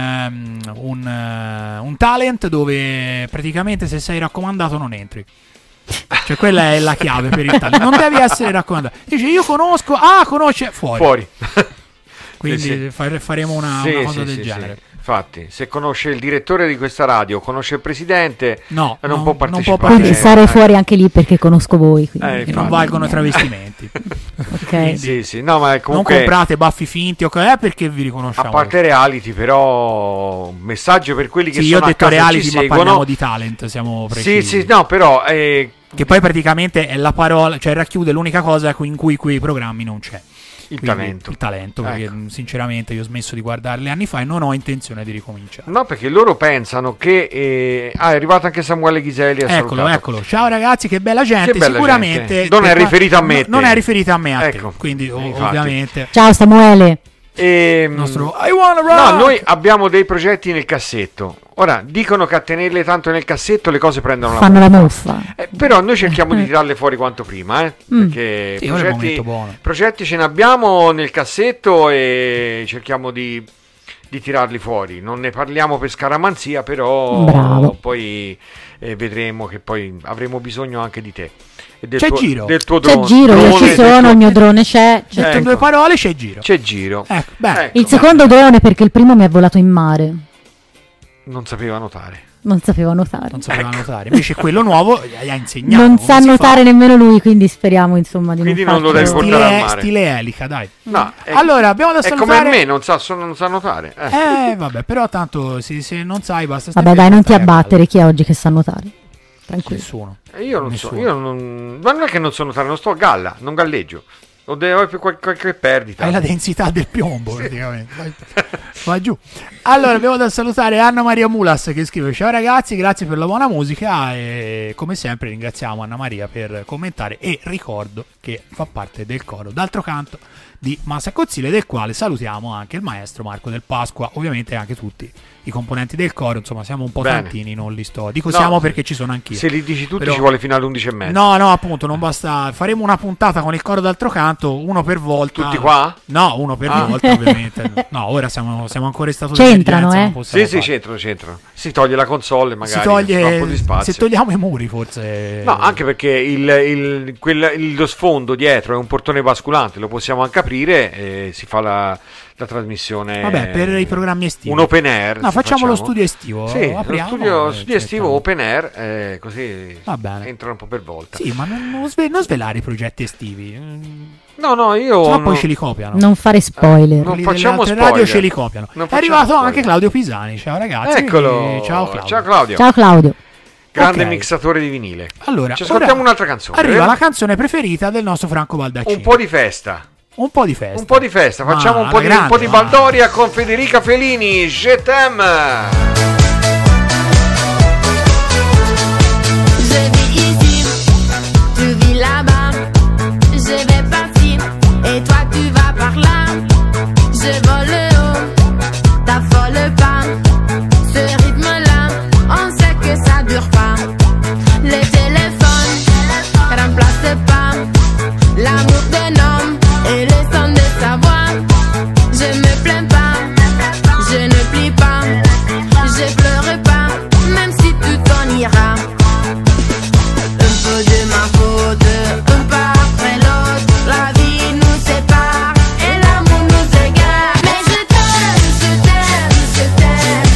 un talent dove praticamente se sei raccomandato non entri. Cioè quella è la chiave per il talent, non devi essere raccomandato. Dice io conosco, conosce, fuori. Quindi faremo una cosa del genere. Sì. Infatti, se conosce il direttore di questa radio, conosce il presidente, non può partecipare. Quindi sarei fuori anche lì perché conosco voi. E non valgono travestimenti. Ok. Sì. No, ma comunque non comprate baffi finti, perché vi riconosciamo. A parte reality, però, messaggio per quelli che sono io ho detto a casa reality, ci ma seguono. parliamo di talent, siamo precisi. Sì, no, però che poi praticamente è la parola, cioè racchiude l'unica cosa in cui quei programmi non c'è. Il talento, perché sinceramente io ho smesso di guardarli anni fa e non ho intenzione di ricominciare. No, perché loro pensano che è arrivato anche Samuele Ghiselli. Eccolo. Ciao ragazzi, che bella gente. Che bella Sicuramente gente. Non è riferita a me. Non è riferita a me, a ecco, te. Quindi ovviamente. Ciao Samuele. Nostro I wanna rock. No, noi abbiamo dei progetti nel cassetto. Ora dicono che a tenerle tanto nel cassetto le cose prendono fanno la muffa. Però noi cerchiamo di tirarle fuori quanto prima, perché progetti ce ne abbiamo nel cassetto e cerchiamo di tirarli fuori. Non ne parliamo per scaramanzia, però poi vedremo che poi avremo bisogno anche di te. C'è Giro. Del tuo drone. C'è Giro, io ci sono, il mio drone c'è. Detto in 2 parole, c'è Giro. C'è Giro. Ecco. Il secondo drone perché il primo mi è volato in mare. Non sapeva nuotare. Non sapeva nuotare. Invece quello nuovo gli ha insegnato. Non sa nuotare nemmeno lui, quindi speriamo insomma di quindi non lo devi portare al mare. Stile elica, dai. No, allora abbiamo da salutare. È come me, non sa nuotare. Vabbè, però tanto se non sai basta. Vabbè, dai, non ti abbattere, chi è oggi che sa nuotare? Tranquillo. Nessuno. Io non so, ma non è che non so nuotare, non sto a galla, non galleggio. Ho qualche perdita. Hai la densità del piombo, praticamente. Va giù. Allora, abbiamo da salutare Anna Maria Mulas che scrive: ciao ragazzi, grazie per la buona musica. E come sempre ringraziamo Anna Maria per commentare. E ricordo che fa parte del coro D'altro canto di Massa Cozzile, del quale salutiamo anche il maestro Marco Del Pasqua, ovviamente anche tutti i componenti del coro. Insomma, siamo un po' tantini, non li sto. Dico siamo perché ci sono anch'io. Se li dici tutti ci vuole fino alle 11:30. No, appunto, non basta. Faremo una puntata con il coro D'altro canto, uno per volta. Tutti qua? No, uno per volta, ovviamente. No, ora siamo ancora in stato c'entrano, di emergenza. Sì, c'entrano. Si toglie la console, magari. Si toglie un po' di spazio. Se togliamo i muri, forse. No, anche perché lo sfondo dietro è un portone basculante, lo possiamo anche aprire e si fa la trasmissione. Vabbè, per i programmi estivi. Un open air. No, facciamo lo studio estivo. Sì, apriamo, lo studio estivo open air, così entrano un po' per volta. Sì, ma non svelare i progetti estivi. No, io. Ma poi ce li copiano. Non fare spoiler. Non facciamo spoiler. Radio ce li copiano. È arrivato anche Claudio Pisani. Ciao ragazzi. Eccolo. Ciao Claudio. Ciao Claudio. Grande mixatore di vinile. Allora, ci ascoltiamo un'altra canzone. Arriva la canzone preferita del nostro Franco Baldaccini. Un po' di festa. Facciamo un po' di baldoria con Federica Felini. Je t'aime. Je vis ici, tu vis là-bas. Je vais partir et toi tu vas par là. Je vole haut, t'affole pas. Ce rythme-là, on sait que ça dure pas. Le téléphone remplace pas l'amour d'un homme et le son de sa voix. Je me plains pas, je ne plie pas, je pleure pas, même si tu t'en iras. Un peu de ma faute, un pas après l'autre, la vie nous sépare et l'amour nous égare. Mais je t'aime, je t'aime, je t'aime.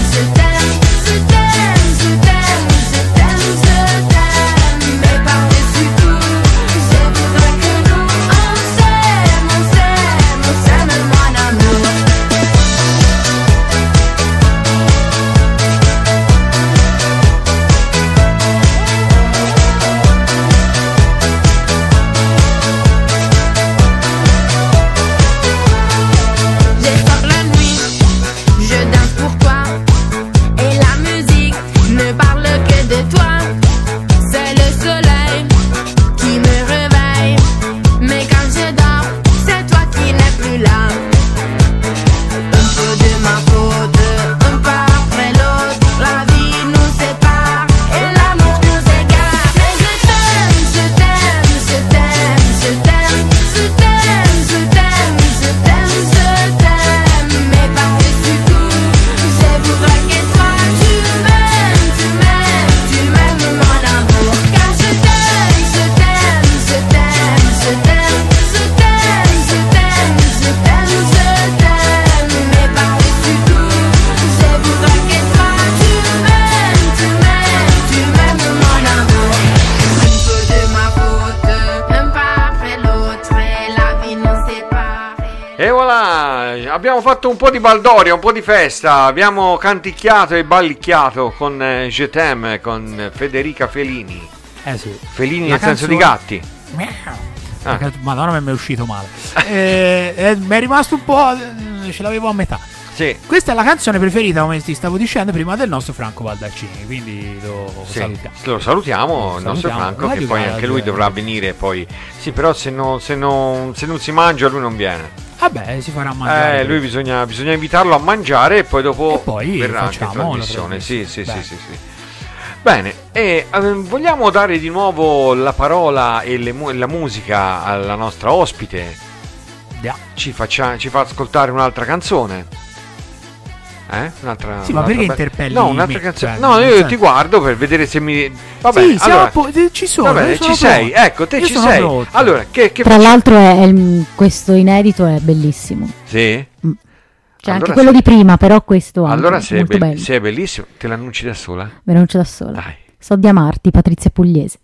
E voilà, abbiamo fatto un po' di baldoria, un po' di festa, abbiamo canticchiato e ballicchiato con Je t'aime, con Federica Felini. Sì. Felini nel senso di gatti. Madonna, mi è uscito male. Mi è rimasto un po', ce l'avevo a metà. Sì. Questa è la canzone preferita, come ti stavo dicendo prima, del nostro Franco Baldaccini, quindi lo salutiamo il nostro Franco, che poi anche lui dovrà venire poi. Sì, però se non si mangia lui non viene. Vabbè, si farà mangiare. Lui bisogna invitarlo a mangiare e poi dopo poi verrà anche in trasmissione. Sì. Bene, e vogliamo dare di nuovo la parola e la musica alla nostra ospite. Ci fa ascoltare un'altra canzone. Sì, ma perché interpelli? No, un'altra canzone. No, io ti guardo per vedere se mi. Vabbè, sì, allora, ci sono. Vabbè, ci sei. Ecco, te ci sei. Pronto. Allora, che tra l'altro questo inedito è bellissimo. Sì. C'è anche quello di prima, però questo allora se è bellissimo, te l'annunci da sola? Me l'annuncio da sola. Dai. So di amarti, Patrizia Pugliese.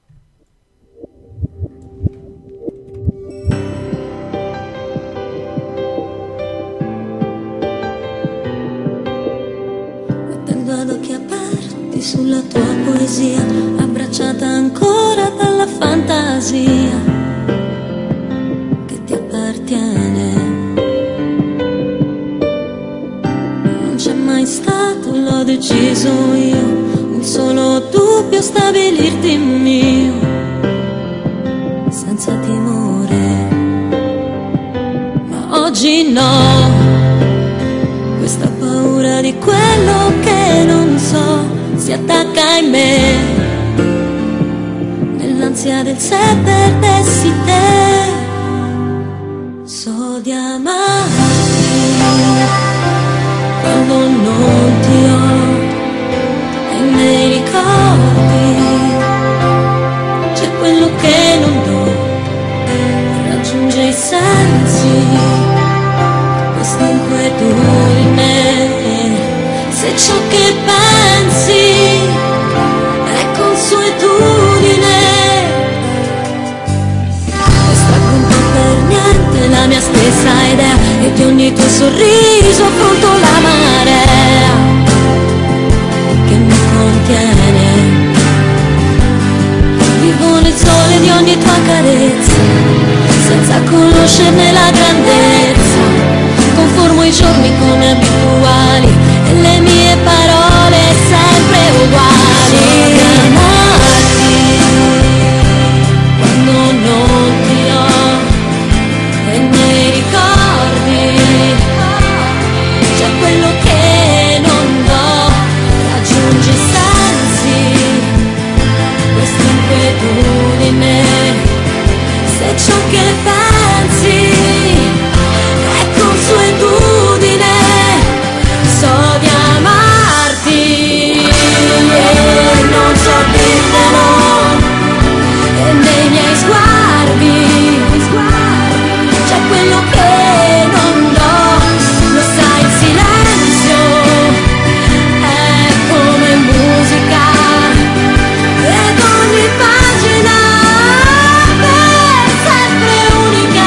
Ad occhi aperti sulla tua poesia, abbracciata ancora dalla fantasia che ti appartiene. Non c'è mai stato, l'ho deciso io, un solo dubbio stabilirti mio, senza timore. Ma oggi no, questa paura di quello che non so si attacca in me, nell'ansia del se perdessi te. So di amarti quando non ti ho, e nei ricordi c'è quello che non do, raggiunge i sensi, questa inquietudine. Se ciò che pensi è consuetudine, questa conta per niente la mia stessa idea, e di ogni tuo sorriso affronto la marea che mi contiene. Vivo nel sole di ogni tua carezza, senza conoscerne la grandezza, conformo i giorni come abituali e le mie parole sempre uguali. So amarti quando non ti ho, e nei ricordi c'è quello che non do, raggiunge i sensi, questa inquietudine. Se ciò che pensi è consuetudine, so di amarti e non so dirtelo, e nei miei sguardi c'è quello che non do, lo sai, il silenzio è come musica, ed ogni pagina per sempre unica.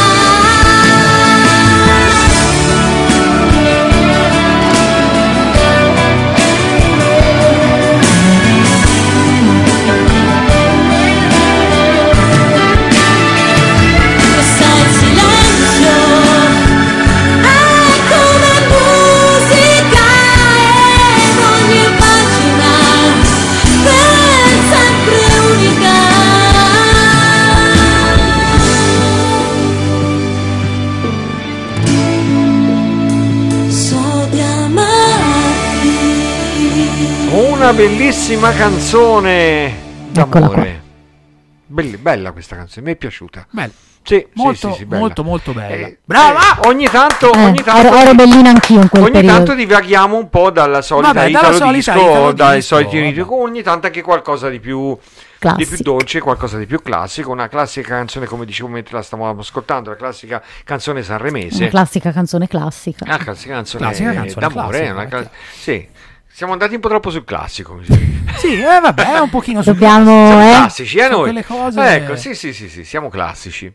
Una bellissima canzone d'amore. Bella questa canzone, mi è piaciuta. Bella. Sì, molto, sì, bella. molto bella. Brava! Ogni tanto ero bellina anch'io in quel ogni periodo. tanto divaghiamo un po' dalla solita Italo disco, dai soliti ritmi, ogni tanto anche qualcosa di più dolce, qualcosa di più classico, una classica canzone, come dicevo mentre la stavamo ascoltando, la classica canzone sanremese. Una classica canzone classica. Una classica canzone d'amore, sì. Siamo andati un po' troppo sul classico. Sì, vabbè, è un pochino sul Dobbiamo, siamo classici, noi. Quelle cose... Ecco, sì, siamo classici.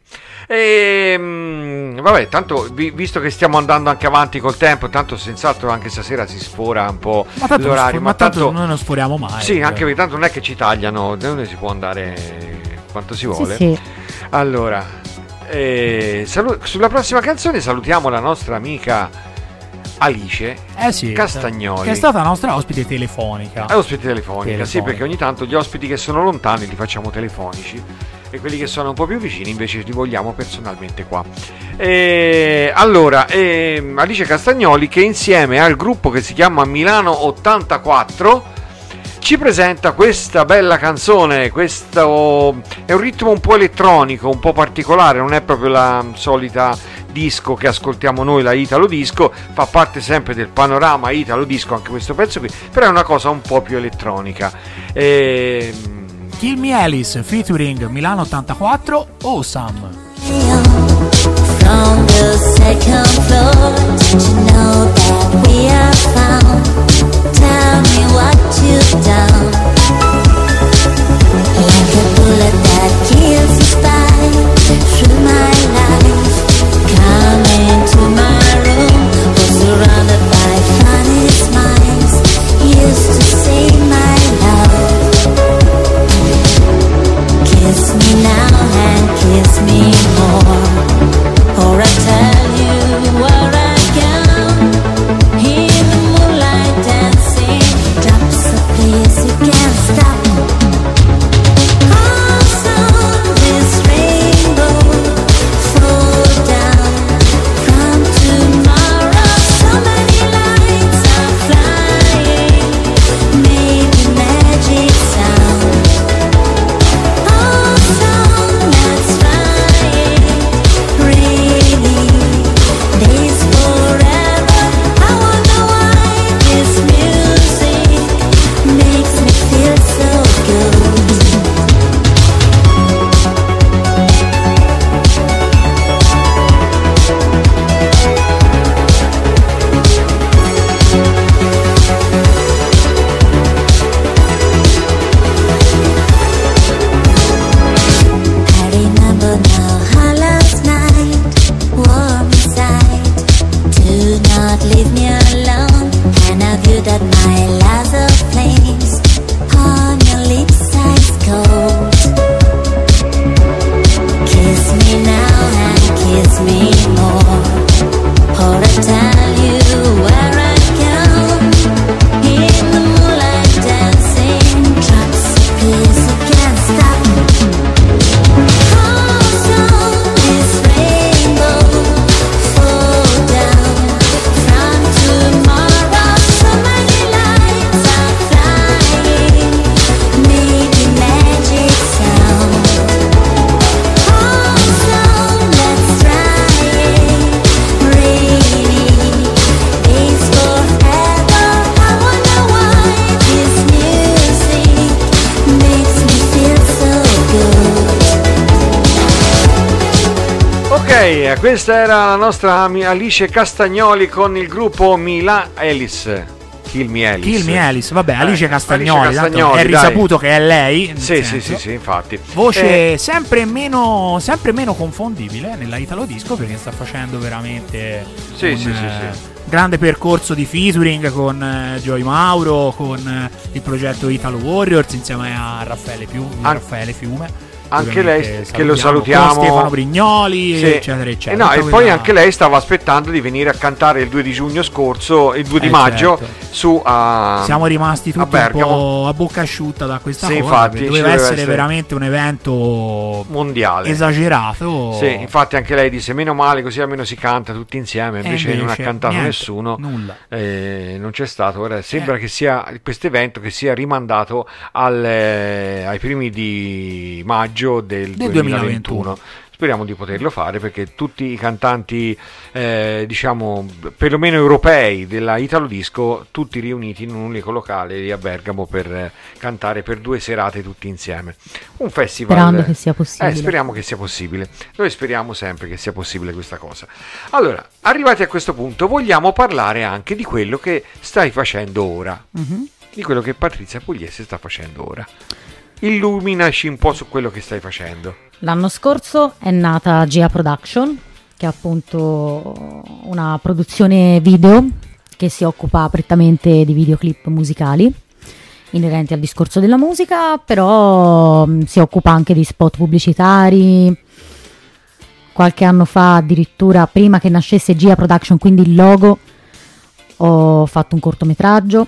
Vabbè, tanto visto che stiamo andando anche avanti col tempo, tanto senz'altro anche stasera si sfora un po' l'orario. Ma tanto noi non sforiamo mai. Sì, anche perché tanto non è che ci tagliano, noi si può andare quanto si vuole. Sì. Allora, sulla prossima canzone salutiamo la nostra amica Alice Castagnoli, che è stata nostra ospite telefonica. Ospite telefonica, sì, perché ogni tanto gli ospiti che sono lontani li facciamo telefonici e quelli che sono un po' più vicini invece li vogliamo personalmente qua. Allora, Alice Castagnoli, che insieme al gruppo che si chiama Milano 84 ci presenta questa bella canzone. Questo è un ritmo un po' elettronico, un po' particolare, non è proprio la solita disco che ascoltiamo noi, la Italo Disco, fa parte sempre del panorama Italo Disco anche questo pezzo qui, però è una cosa un po' più elettronica. Kill Me Alice featuring Milano 84, Awesome. From the second floor, did you know that we are found? Tell me what you've done. Like a bullet that kills a spy through my life. Come into my room, was surrounded by funny smiles. Used to say my love. Kiss me now and kiss me more, or I tell you where I am. In the moonlight dancing, drops a place you can't stop. Also this rainbow fall down from tomorrow. So many lights are flying, maybe magic sound. Awesome, let's try it, really, days forever. I wonder why this music makes me feel so good. I remember now how last night, warm inside. Do not leave me alone. And I view that my laser flames on your lips ice cold. Kiss me now and kiss me more, or I tell you where I come. In the moonlight dancing, drops a piece you can't stop. Awesome, this rainbow fall down from tomorrow. So many lights are flying, maybe magic sound. Awesome, let's try it, really, days forever. I wonder why this music makes me feel so good. Ok, questa era la nostra Alice Castagnoli con il gruppo Alice. Kill Me Alice. Kill Me Alice, vabbè, Alice Castagnoli, Alice tanto Castagnoli, è risaputo che è lei. nel Sì, senso. infatti. Voce sempre meno confondibile nella Italo Disco, perché sta facendo veramente grande percorso di featuring con Joy Mauro, con il progetto Italo Warriors insieme a Raffaele Fiume. Anche lei, che lo salutiamo, con Stefano Brignoli, eccetera eccetera. E poi anche lei stava aspettando di venire a cantare il 2 di giugno scorso, il 2 di maggio, su a siamo rimasti tutti un po' a bocca asciutta da questa cosa, infatti, doveva essere veramente un evento mondiale esagerato. Sì, infatti anche lei disse meno male, così almeno si canta tutti insieme, invece non ha cantato nessuno, nulla. Non c'è stato. Ora sembra che sia questo evento che sia rimandato ai primi di maggio del 2021. speriamo di poterlo fare, perché tutti i cantanti diciamo perlomeno europei della Italo Disco, tutti riuniti in un unico locale lì a Bergamo per cantare per 2 serate tutti insieme, un festival. Sperando che sia possibile. Speriamo che sia possibile, noi speriamo sempre che sia possibile questa cosa. Allora, arrivati a questo punto, vogliamo parlare anche di quello che stai facendo ora, di quello che Patrizia Pugliese sta facendo ora. Illuminaci un po' su quello che stai facendo. L'anno scorso è nata GA Production, che è appunto una produzione video che si occupa prettamente di videoclip musicali inerenti al discorso della musica, però si occupa anche di spot pubblicitari. Qualche anno fa, addirittura prima che nascesse GA Production, quindi il logo, ho fatto un cortometraggio.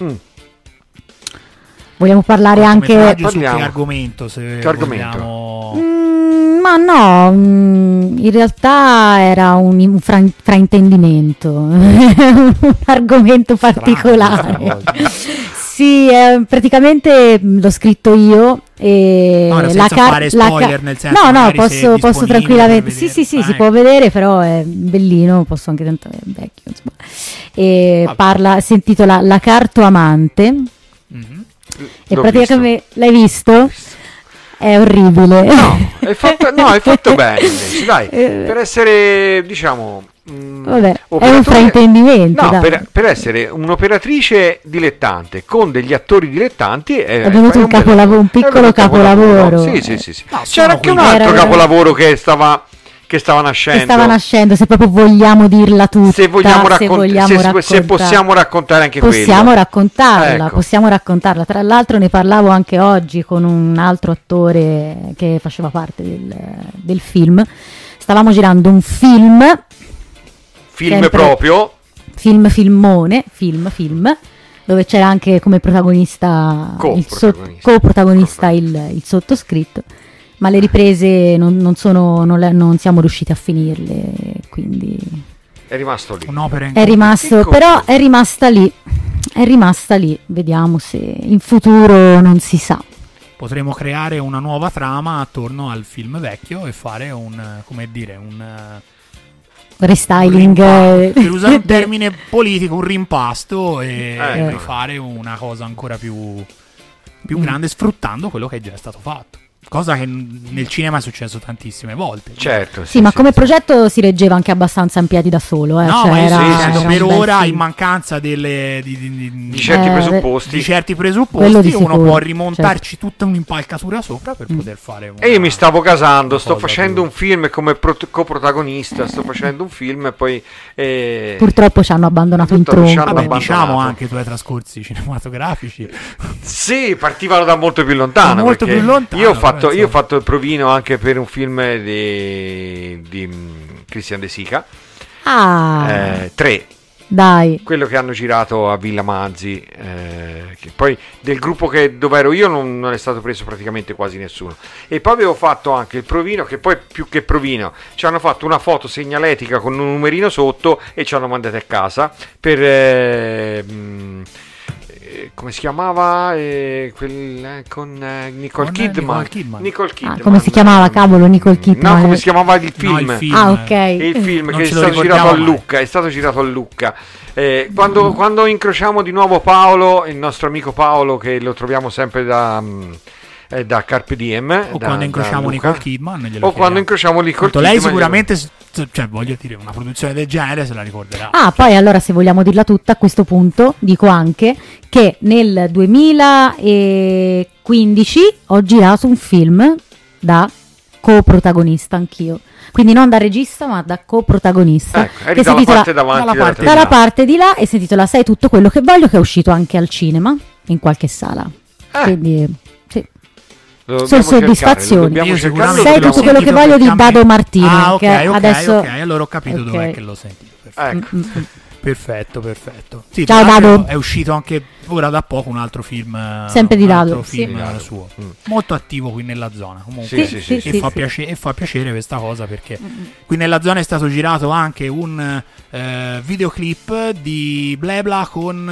Vogliamo parlare anche su che argomento? Se che argomento? Ma no, in realtà era un fraintendimento, un argomento particolare. Sì, praticamente l'ho scritto io e no, senza fare spoiler, nel senso, no, posso tranquillamente. Sì, si può vedere, però è bellino, posso anche tanto è vecchio, insomma. E si intitola La Carto Amante. E praticamente l'hai visto? È orribile. No, hai fatto bene. Dai, per essere, diciamo, vabbè, è un fraintendimento. No, per essere un'operatrice dilettante con degli attori dilettanti è venuto un piccolo capolavoro. Sì. No, c'era anche un altro capolavoro che stava nascendo. Se proprio vogliamo dirla tutta, se possiamo raccontare anche possiamo quello. Possiamo raccontarla. Tra l'altro ne parlavo anche oggi con un altro attore che faceva parte del film. Stavamo girando un film proprio filmone dove c'era anche come protagonista coprotagonista il sottoscritto. Ma le riprese non siamo riusciti a finirle, quindi è rimasto lì. Un'opera però è rimasta lì. Vediamo se in futuro, non si sa. Potremo creare una nuova trama attorno al film vecchio e fare un restyling, per usare un termine politico, un rimpasto e rifare una cosa ancora più grande, sfruttando quello che è già stato fatto. Cosa che nel cinema è successo tantissime volte. Certo. Sì, ma come progetto si reggeva anche abbastanza in piedi da solo. No, ma io per ora, in mancanza di certi presupposti, uno può rimontarci tutta un'impalcatura sopra per poter fare e io mi stavo casando, sto facendo un film come coprotagonista, sto facendo un film e poi purtroppo ci hanno abbandonato in tronco. Vabbè, diciamo anche i tuoi trascorsi cinematografici. Sì, partivano da molto più lontano. Io ho fatto il provino anche per un film di Christian De Sica. 3. Dai. Quello che hanno girato a Villa Manzi, che poi del gruppo dove ero io non è stato preso praticamente quasi nessuno. E poi avevo fatto anche il provino, che poi più che provino ci hanno fatto una foto segnaletica con un numerino sotto e ci hanno mandati a casa per come si chiamava con Nicole Kidman. Come si chiamava, cavolo, Nicole Kidman? No, come si chiamava il film? Ok. Il film che è stato girato a Lucca. Quando incrociamo di nuovo Paolo, il nostro amico Paolo, che lo troviamo sempre da Carpe Diem, o quando incrociamo Nicole Kidman, lei sicuramente, cioè, voglio dire, una produzione del genere se la ricorderà. Poi allora, se vogliamo dirla tutta, a questo punto dico anche che nel 2015 ho girato un film da coprotagonista anch'io, quindi non da regista ma da coprotagonista, che si intitola dalla parte di là, e si intitola Sei tutto quello che voglio, che è uscito anche al cinema in qualche sala, quindi sì. Sono soddisfazioni. Sei tutto quello che voglio di Dado Martini. Adesso allora ho capito dov'è che l'ho sentito. Perfetto. Sì, ciao Dado. È uscito anche ora da poco un altro film, sempre di Dado, suo, molto attivo qui nella zona. Comunque, fa piacere questa cosa, perché qui nella zona è stato girato anche un videoclip di Blebla con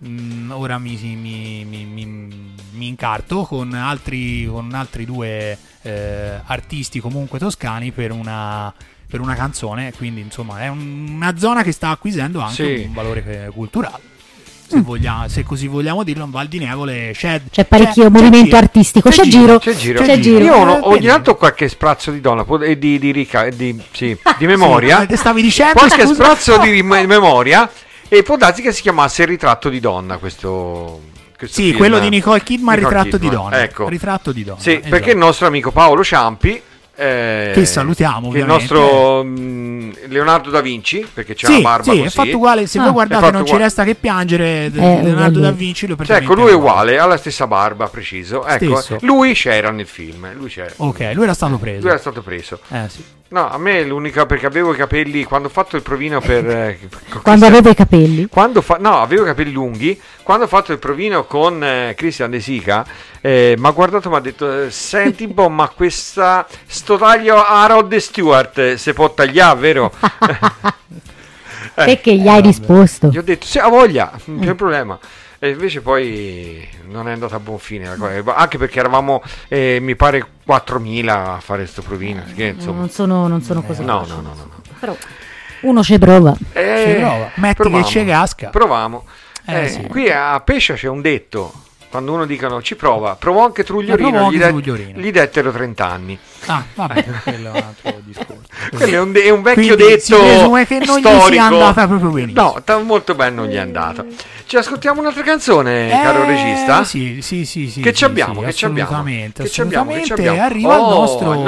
ora mi incarto con altri due artisti comunque toscani per una canzone, quindi insomma è una zona che sta acquisendo anche un valore culturale. Se così vogliamo dirlo, in Val di Nevole c'è parecchio movimento artistico, c'è giro. Io ogni tanto qualche sprazzo di donna di memoria. Te stavi dicendo qualche sprazzo di memoria, e può darsi che si chiamasse Il ritratto di donna questo film, quello di Nicole Kidman, Ritratto di donna. Ecco. Ritratto di donna. Sì, esatto. Perché il nostro amico Paolo Ciampi, che salutiamo, che ovviamente. il nostro Leonardo da Vinci, perché c'è una barba così. È fatto uguale. Se voi guardate, non ci resta che piangere. Leonardo da Vinci lo ecco, lui è uguale, ha la stessa barba, preciso. Ecco, lui c'era nel film. Lui era stato preso. Sì. No, a me è l'unica, perché avevo i capelli quando ho fatto il provino per quando avevo i capelli? Avevo i capelli lunghi. Quando ho fatto il provino con Christian De Sica, mi ha guardato e mi ha detto: senti un po', ma sto taglio a Rod Stewart si può tagliare, vero? Perché gli hai risposto? Gli ho detto: sì, ha voglia, non c'è problema. E invece poi non è andata a buon fine la cosa, anche perché eravamo mi pare 4.000 a fare sto provino, che, insomma, non sono così. No. Però uno ci prova. Metti che ci casca. Proviamo. Qui a Pescia c'è un detto: quando uno dicono ci provò anche Trugliorino, gli dettero 30 anni. Vabbè, quello è un altro discorso. Quello è un vecchio quindi detto si presume che non storico. Gli sia andata proprio benissimo. No, molto bene non gli è andata. Ci ascoltiamo un'altra canzone, caro regista? Sì. Che ci abbiamo? Assolutamente. Arriva il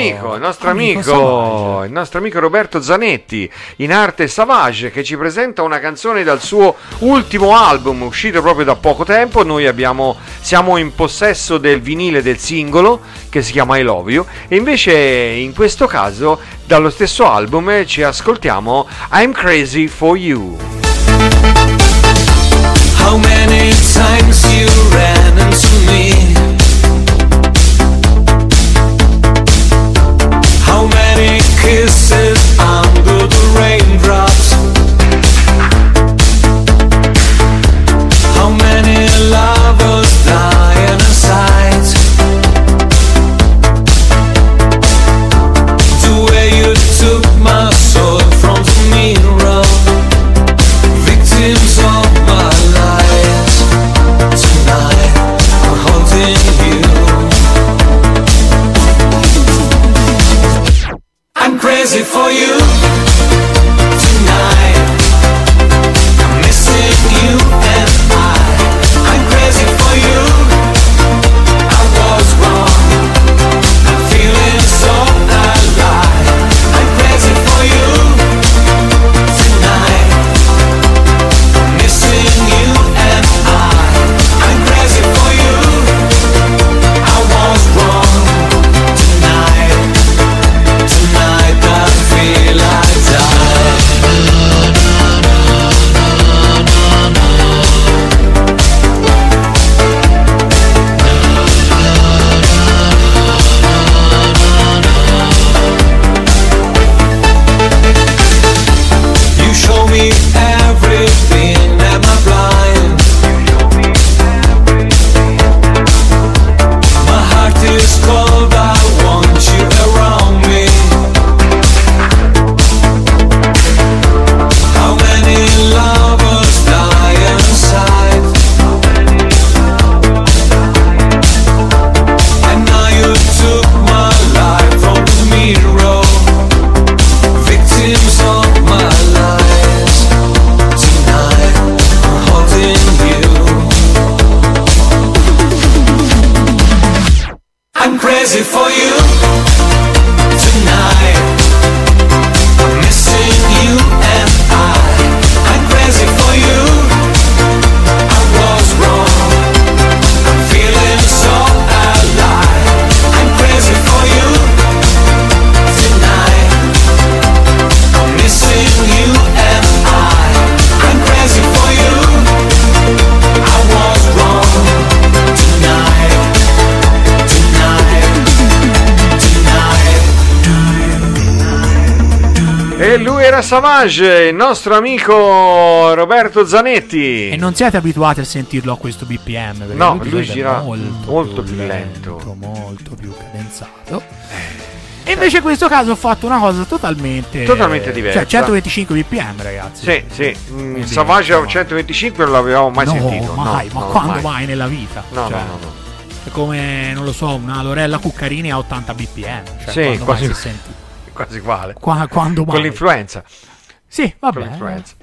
nostro amico Roberto Zanetti, in arte Savage, che ci presenta una canzone dal suo ultimo album, uscito proprio da poco tempo. Noi siamo in possesso del vinile del singolo, che si chiama I Love You, e invece in questo caso dallo stesso album ci ascoltiamo I'm Crazy for You. How many times you ran into me? How many kisses under the raindrops? How many lovers dying inside? The way you took my soul from the mean road, victims of my lies. Tonight I'm holding you. I'm crazy for you. Tonight I'm missing you and I'm crazy for you. I was wrong, I'm feeling so alive. I'm crazy for you. Tonight I'm missing you and I'm crazy for you. I was wrong. Tonight I feel like E lui era Savage, il nostro amico Roberto Zanetti. E non siete abituati a sentirlo a questo BPM, perché no, lui gira molto più lento, molto più cadenzato. E invece in questo caso ho fatto una cosa totalmente diversa. Cioè 125 BPM, ragazzi. Sì. Savage a 125 non l'avevamo mai sentito. Mai, ma quando mai nella vita? No. È come, non lo so, una Lorella Cuccarini a 80 BPM. Cioè, sì, quasi mai si è quasi uguale. Quando mai? Con l'influenza. Sì, vabbè. Con l'influenza.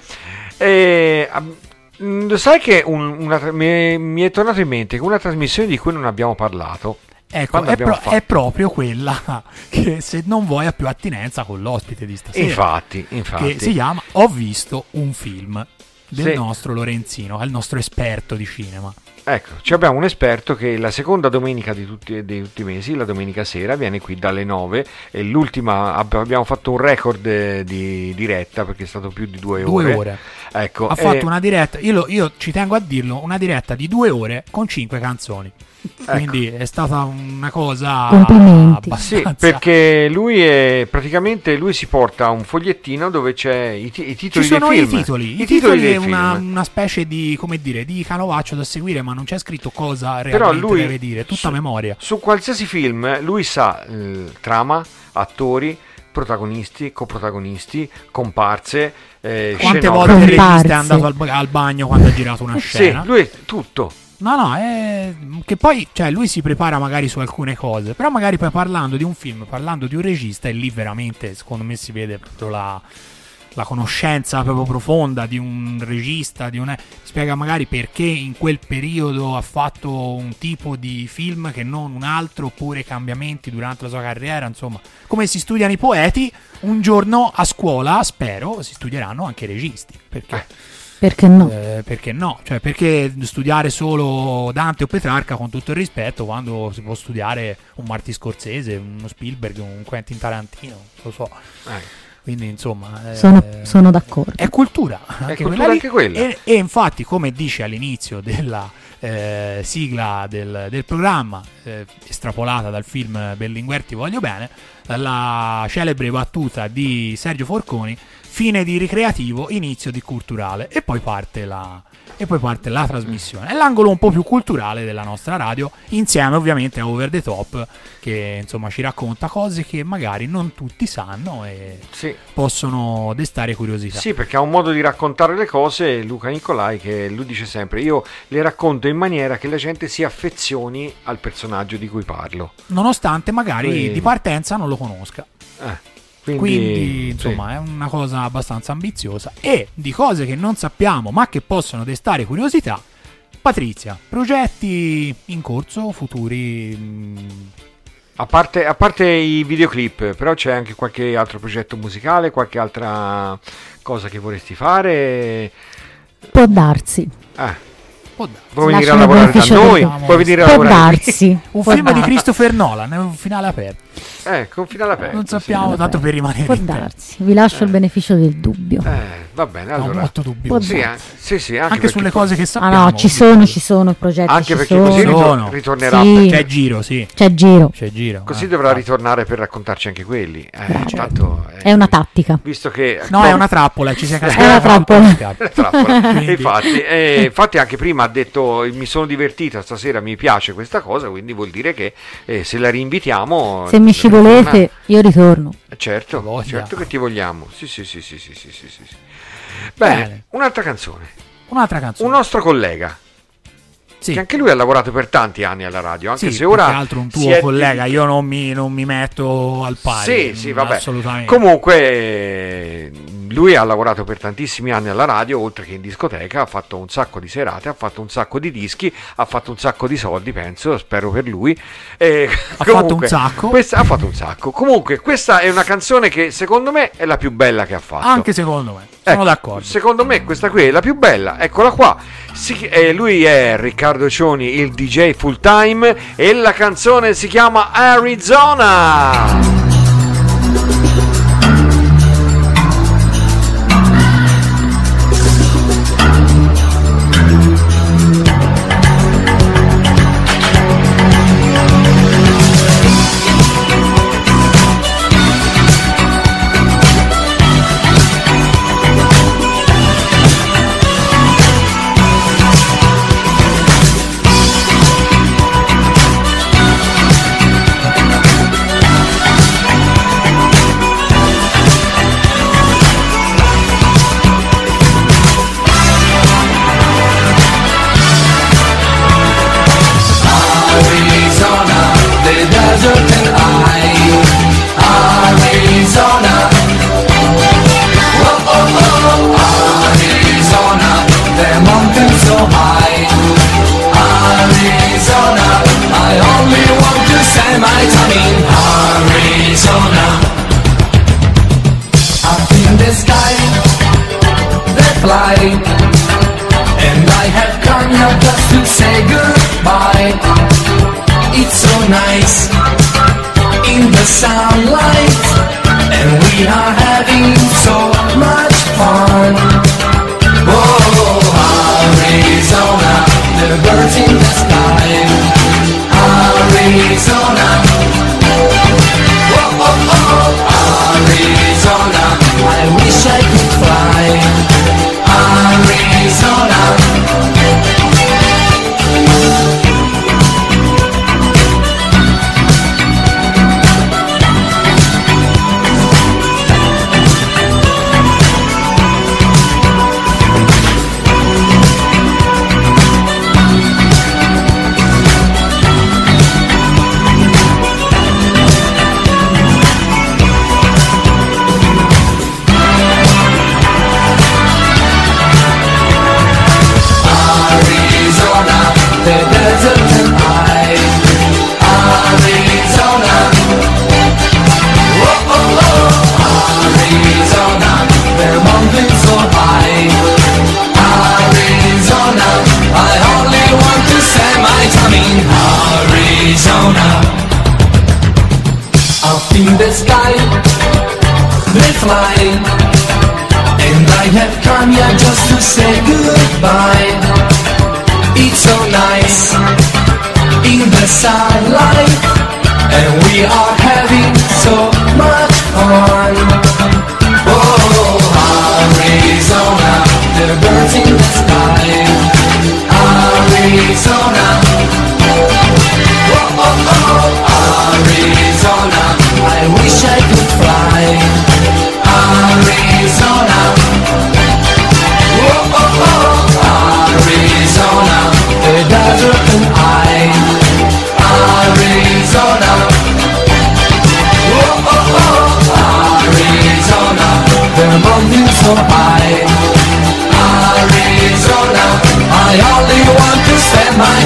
Sai che mi è tornato in mente che una trasmissione di cui non abbiamo parlato. Ecco, è proprio quella che, se non vuoi, ha più attinenza con l'ospite di stasera. Infatti. Che si chiama Ho visto un film del nostro Lorenzino, è il nostro esperto di cinema. Ecco, abbiamo un esperto che la seconda domenica di tutti i mesi, la domenica sera, viene qui dalle 9 e l'ultima abbiamo fatto un record di diretta perché è stato più di 2 ore. 2 ore. Ecco, ha fatto una diretta, io ci tengo a dirlo, una diretta di 2 ore con 5 canzoni. Quindi è stata una cosa abbastanza... Sì, perché lui si porta un fogliettino dove c'è i titoli dei film. I titoli è una specie di, come dire, di canovaccio da seguire, ma non c'è scritto cosa realmente però lui, deve dire, tutta memoria. Su qualsiasi film lui sa trama, attori, protagonisti, coprotagonisti, comparse, quante volte il regista è andato al bagno quando ha girato una scena. Sì, lui tutto. No, è che poi, cioè, lui si prepara magari su alcune cose, però magari poi parlando di un film, parlando di un regista, e lì veramente, secondo me, si vede proprio la conoscenza proprio profonda di un regista, spiega magari perché in quel periodo ha fatto un tipo di film che non un altro, oppure cambiamenti durante la sua carriera, insomma, come si studiano i poeti, un giorno a scuola, spero, si studieranno anche i registi, perché no? Perché no? Cioè, perché studiare solo Dante o Petrarca, con tutto il rispetto, quando si può studiare un Martin Scorsese, uno Spielberg, un Quentin Tarantino, lo so. Quindi, insomma, sono d'accordo. È cultura, anche quella. E infatti, come dice all'inizio della sigla del programma, estrapolata dal film Berlinguer Ti voglio bene, la celebre battuta di Sergio Forconi: fine di ricreativo, inizio di culturale. E poi parte la trasmissione. È l'angolo un po' più culturale della nostra radio, insieme ovviamente a Over the Top, che insomma ci racconta cose che magari non tutti sanno e possono destare curiosità. Sì, perché ha un modo di raccontare le cose, Luca Nicolai, che lui dice sempre: io le racconto in maniera che la gente si affezioni al personaggio di cui parlo, nonostante magari di partenza non lo conosca. Quindi insomma, è una cosa abbastanza ambiziosa. E di cose che non sappiamo ma che possono destare curiosità, Patrizia, progetti in corso, futuri? A parte i videoclip, però c'è anche qualche altro progetto musicale, qualche altra cosa che vorresti fare? Può darsi. Vuoi venire a lavorare da noi? Puoi venire a lavorare un film di Christopher Nolan, è un finale aperto. Un finale aperto. Non sappiamo, tanto per rimanere. Può darsi. Vi lascio il beneficio del dubbio. Va bene, allora. Molto dubbio. Sì, anche sulle cose che sappiamo. No, ci sono progetti. Anche perché così ritornerà. Sì. C'è giro, sì. C'è giro. Così dovrà ritornare per raccontarci anche quelli. Tanto, è una tattica. Visto che no, è una trappola, ci si è cascato. È una trappola. Infatti anche prima ha detto: mi sono divertita stasera, mi piace questa cosa, quindi vuol dire che se la rinvitiamo, se mi scivolete io ritorno. Certo che ti vogliamo. Sì. Bene, un'altra canzone. Un nostro collega. Che anche lui ha lavorato per tanti anni alla radio, anche se ora più che altro un tuo collega, io non mi metto al pari. Sì, vabbè. Assolutamente. Comunque lui ha lavorato per tantissimi anni alla radio, oltre che in discoteca, ha fatto un sacco di serate, ha fatto un sacco di dischi, ha fatto un sacco di soldi, spero per lui. Fatto un sacco. Ha fatto un sacco. Comunque questa è una canzone che secondo me è la più bella che ha fatto. Anche secondo me. Sono d'accordo. Secondo me questa qui è la più bella. Eccola qua. Lui è Riccardo Cioni, il DJ full time, e la canzone si chiama Arizona. the sky, they fly, and I have come here just to say goodbye. It's so nice in the sunlight, and we are having so much fun. Oh, Arizona, the birds in the sky, Arizona. Oh, oh, oh, Arizona, I wish I could fly, Arizona. The desert and I, Arizona. Oh, oh, oh, Arizona. The mountains so high, Arizona. I only want to spend my time in Arizona. Up in the sky, they fly, and I have come here just to say goodbye. It's so nice in the sunlight, and we are having so much fun. Oh, Arizona, the birds in the sky, Arizona. Oh, oh, oh, Arizona, I wish I could fly, Arizona. Oh, oh, oh, Arizona. The desert and I, Arizona. Oh, oh, oh, Arizona. The mountains so high, Arizona. I only want to spend my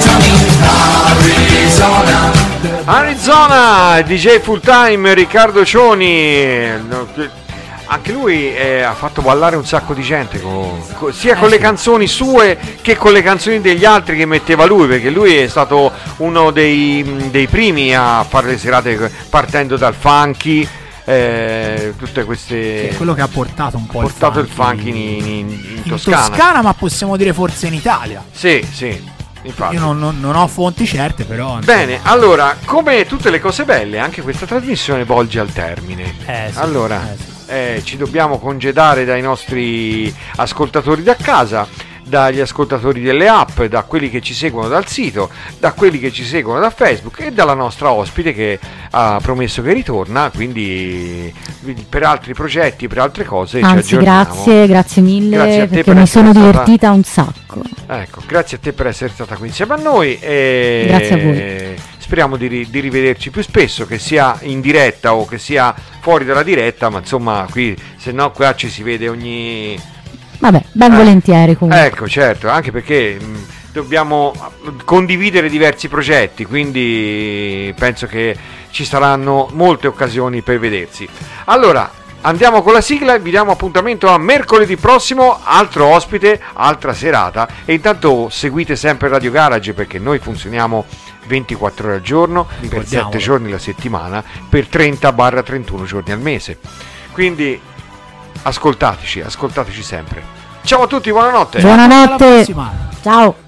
time in Arizona. Arizona, DJ Full Time Riccardo Cioni. Anche lui ha fatto ballare un sacco di gente sia con le canzoni sue che con le canzoni degli altri che metteva lui, perché lui è stato uno dei primi a fare le serate partendo dal funky, tutte queste, è quello che ha portato un po' il funky in Toscana. Toscana, ma possiamo dire forse in Italia. Sì, sì. Infatti. Io non ho fonti certe, però. Bene, allora, come tutte le cose belle, anche questa trasmissione volge al termine. Sì, allora, ci dobbiamo congedare dai nostri ascoltatori da casa, dagli ascoltatori delle app, da quelli che ci seguono dal sito, da quelli che ci seguono da Facebook e dalla nostra ospite che ha promesso che ritorna, quindi per altri progetti, per altre cose ci aggiorniamo. Grazie mille, perché mi sono divertita un sacco. Ecco, grazie a te per essere stata qui insieme a noi e grazie a voi. Speriamo di rivederci più spesso, che sia in diretta o che sia fuori dalla diretta, ma insomma qui, se no qua ci si vede ogni... Vabbè, ben volentieri comunque. Ecco, certo, anche perché dobbiamo condividere diversi progetti, quindi penso che ci saranno molte occasioni per vedersi. Allora, andiamo con la sigla e vi diamo appuntamento a mercoledì prossimo, altro ospite, altra serata, e intanto seguite sempre Radio Garage, perché noi funzioniamo 24 ore al giorno, per 7 giorni la settimana, per 30-31 giorni al mese. Quindi ascoltateci sempre. Ciao a tutti, buonanotte. Buonanotte. Alla prossima. Ciao.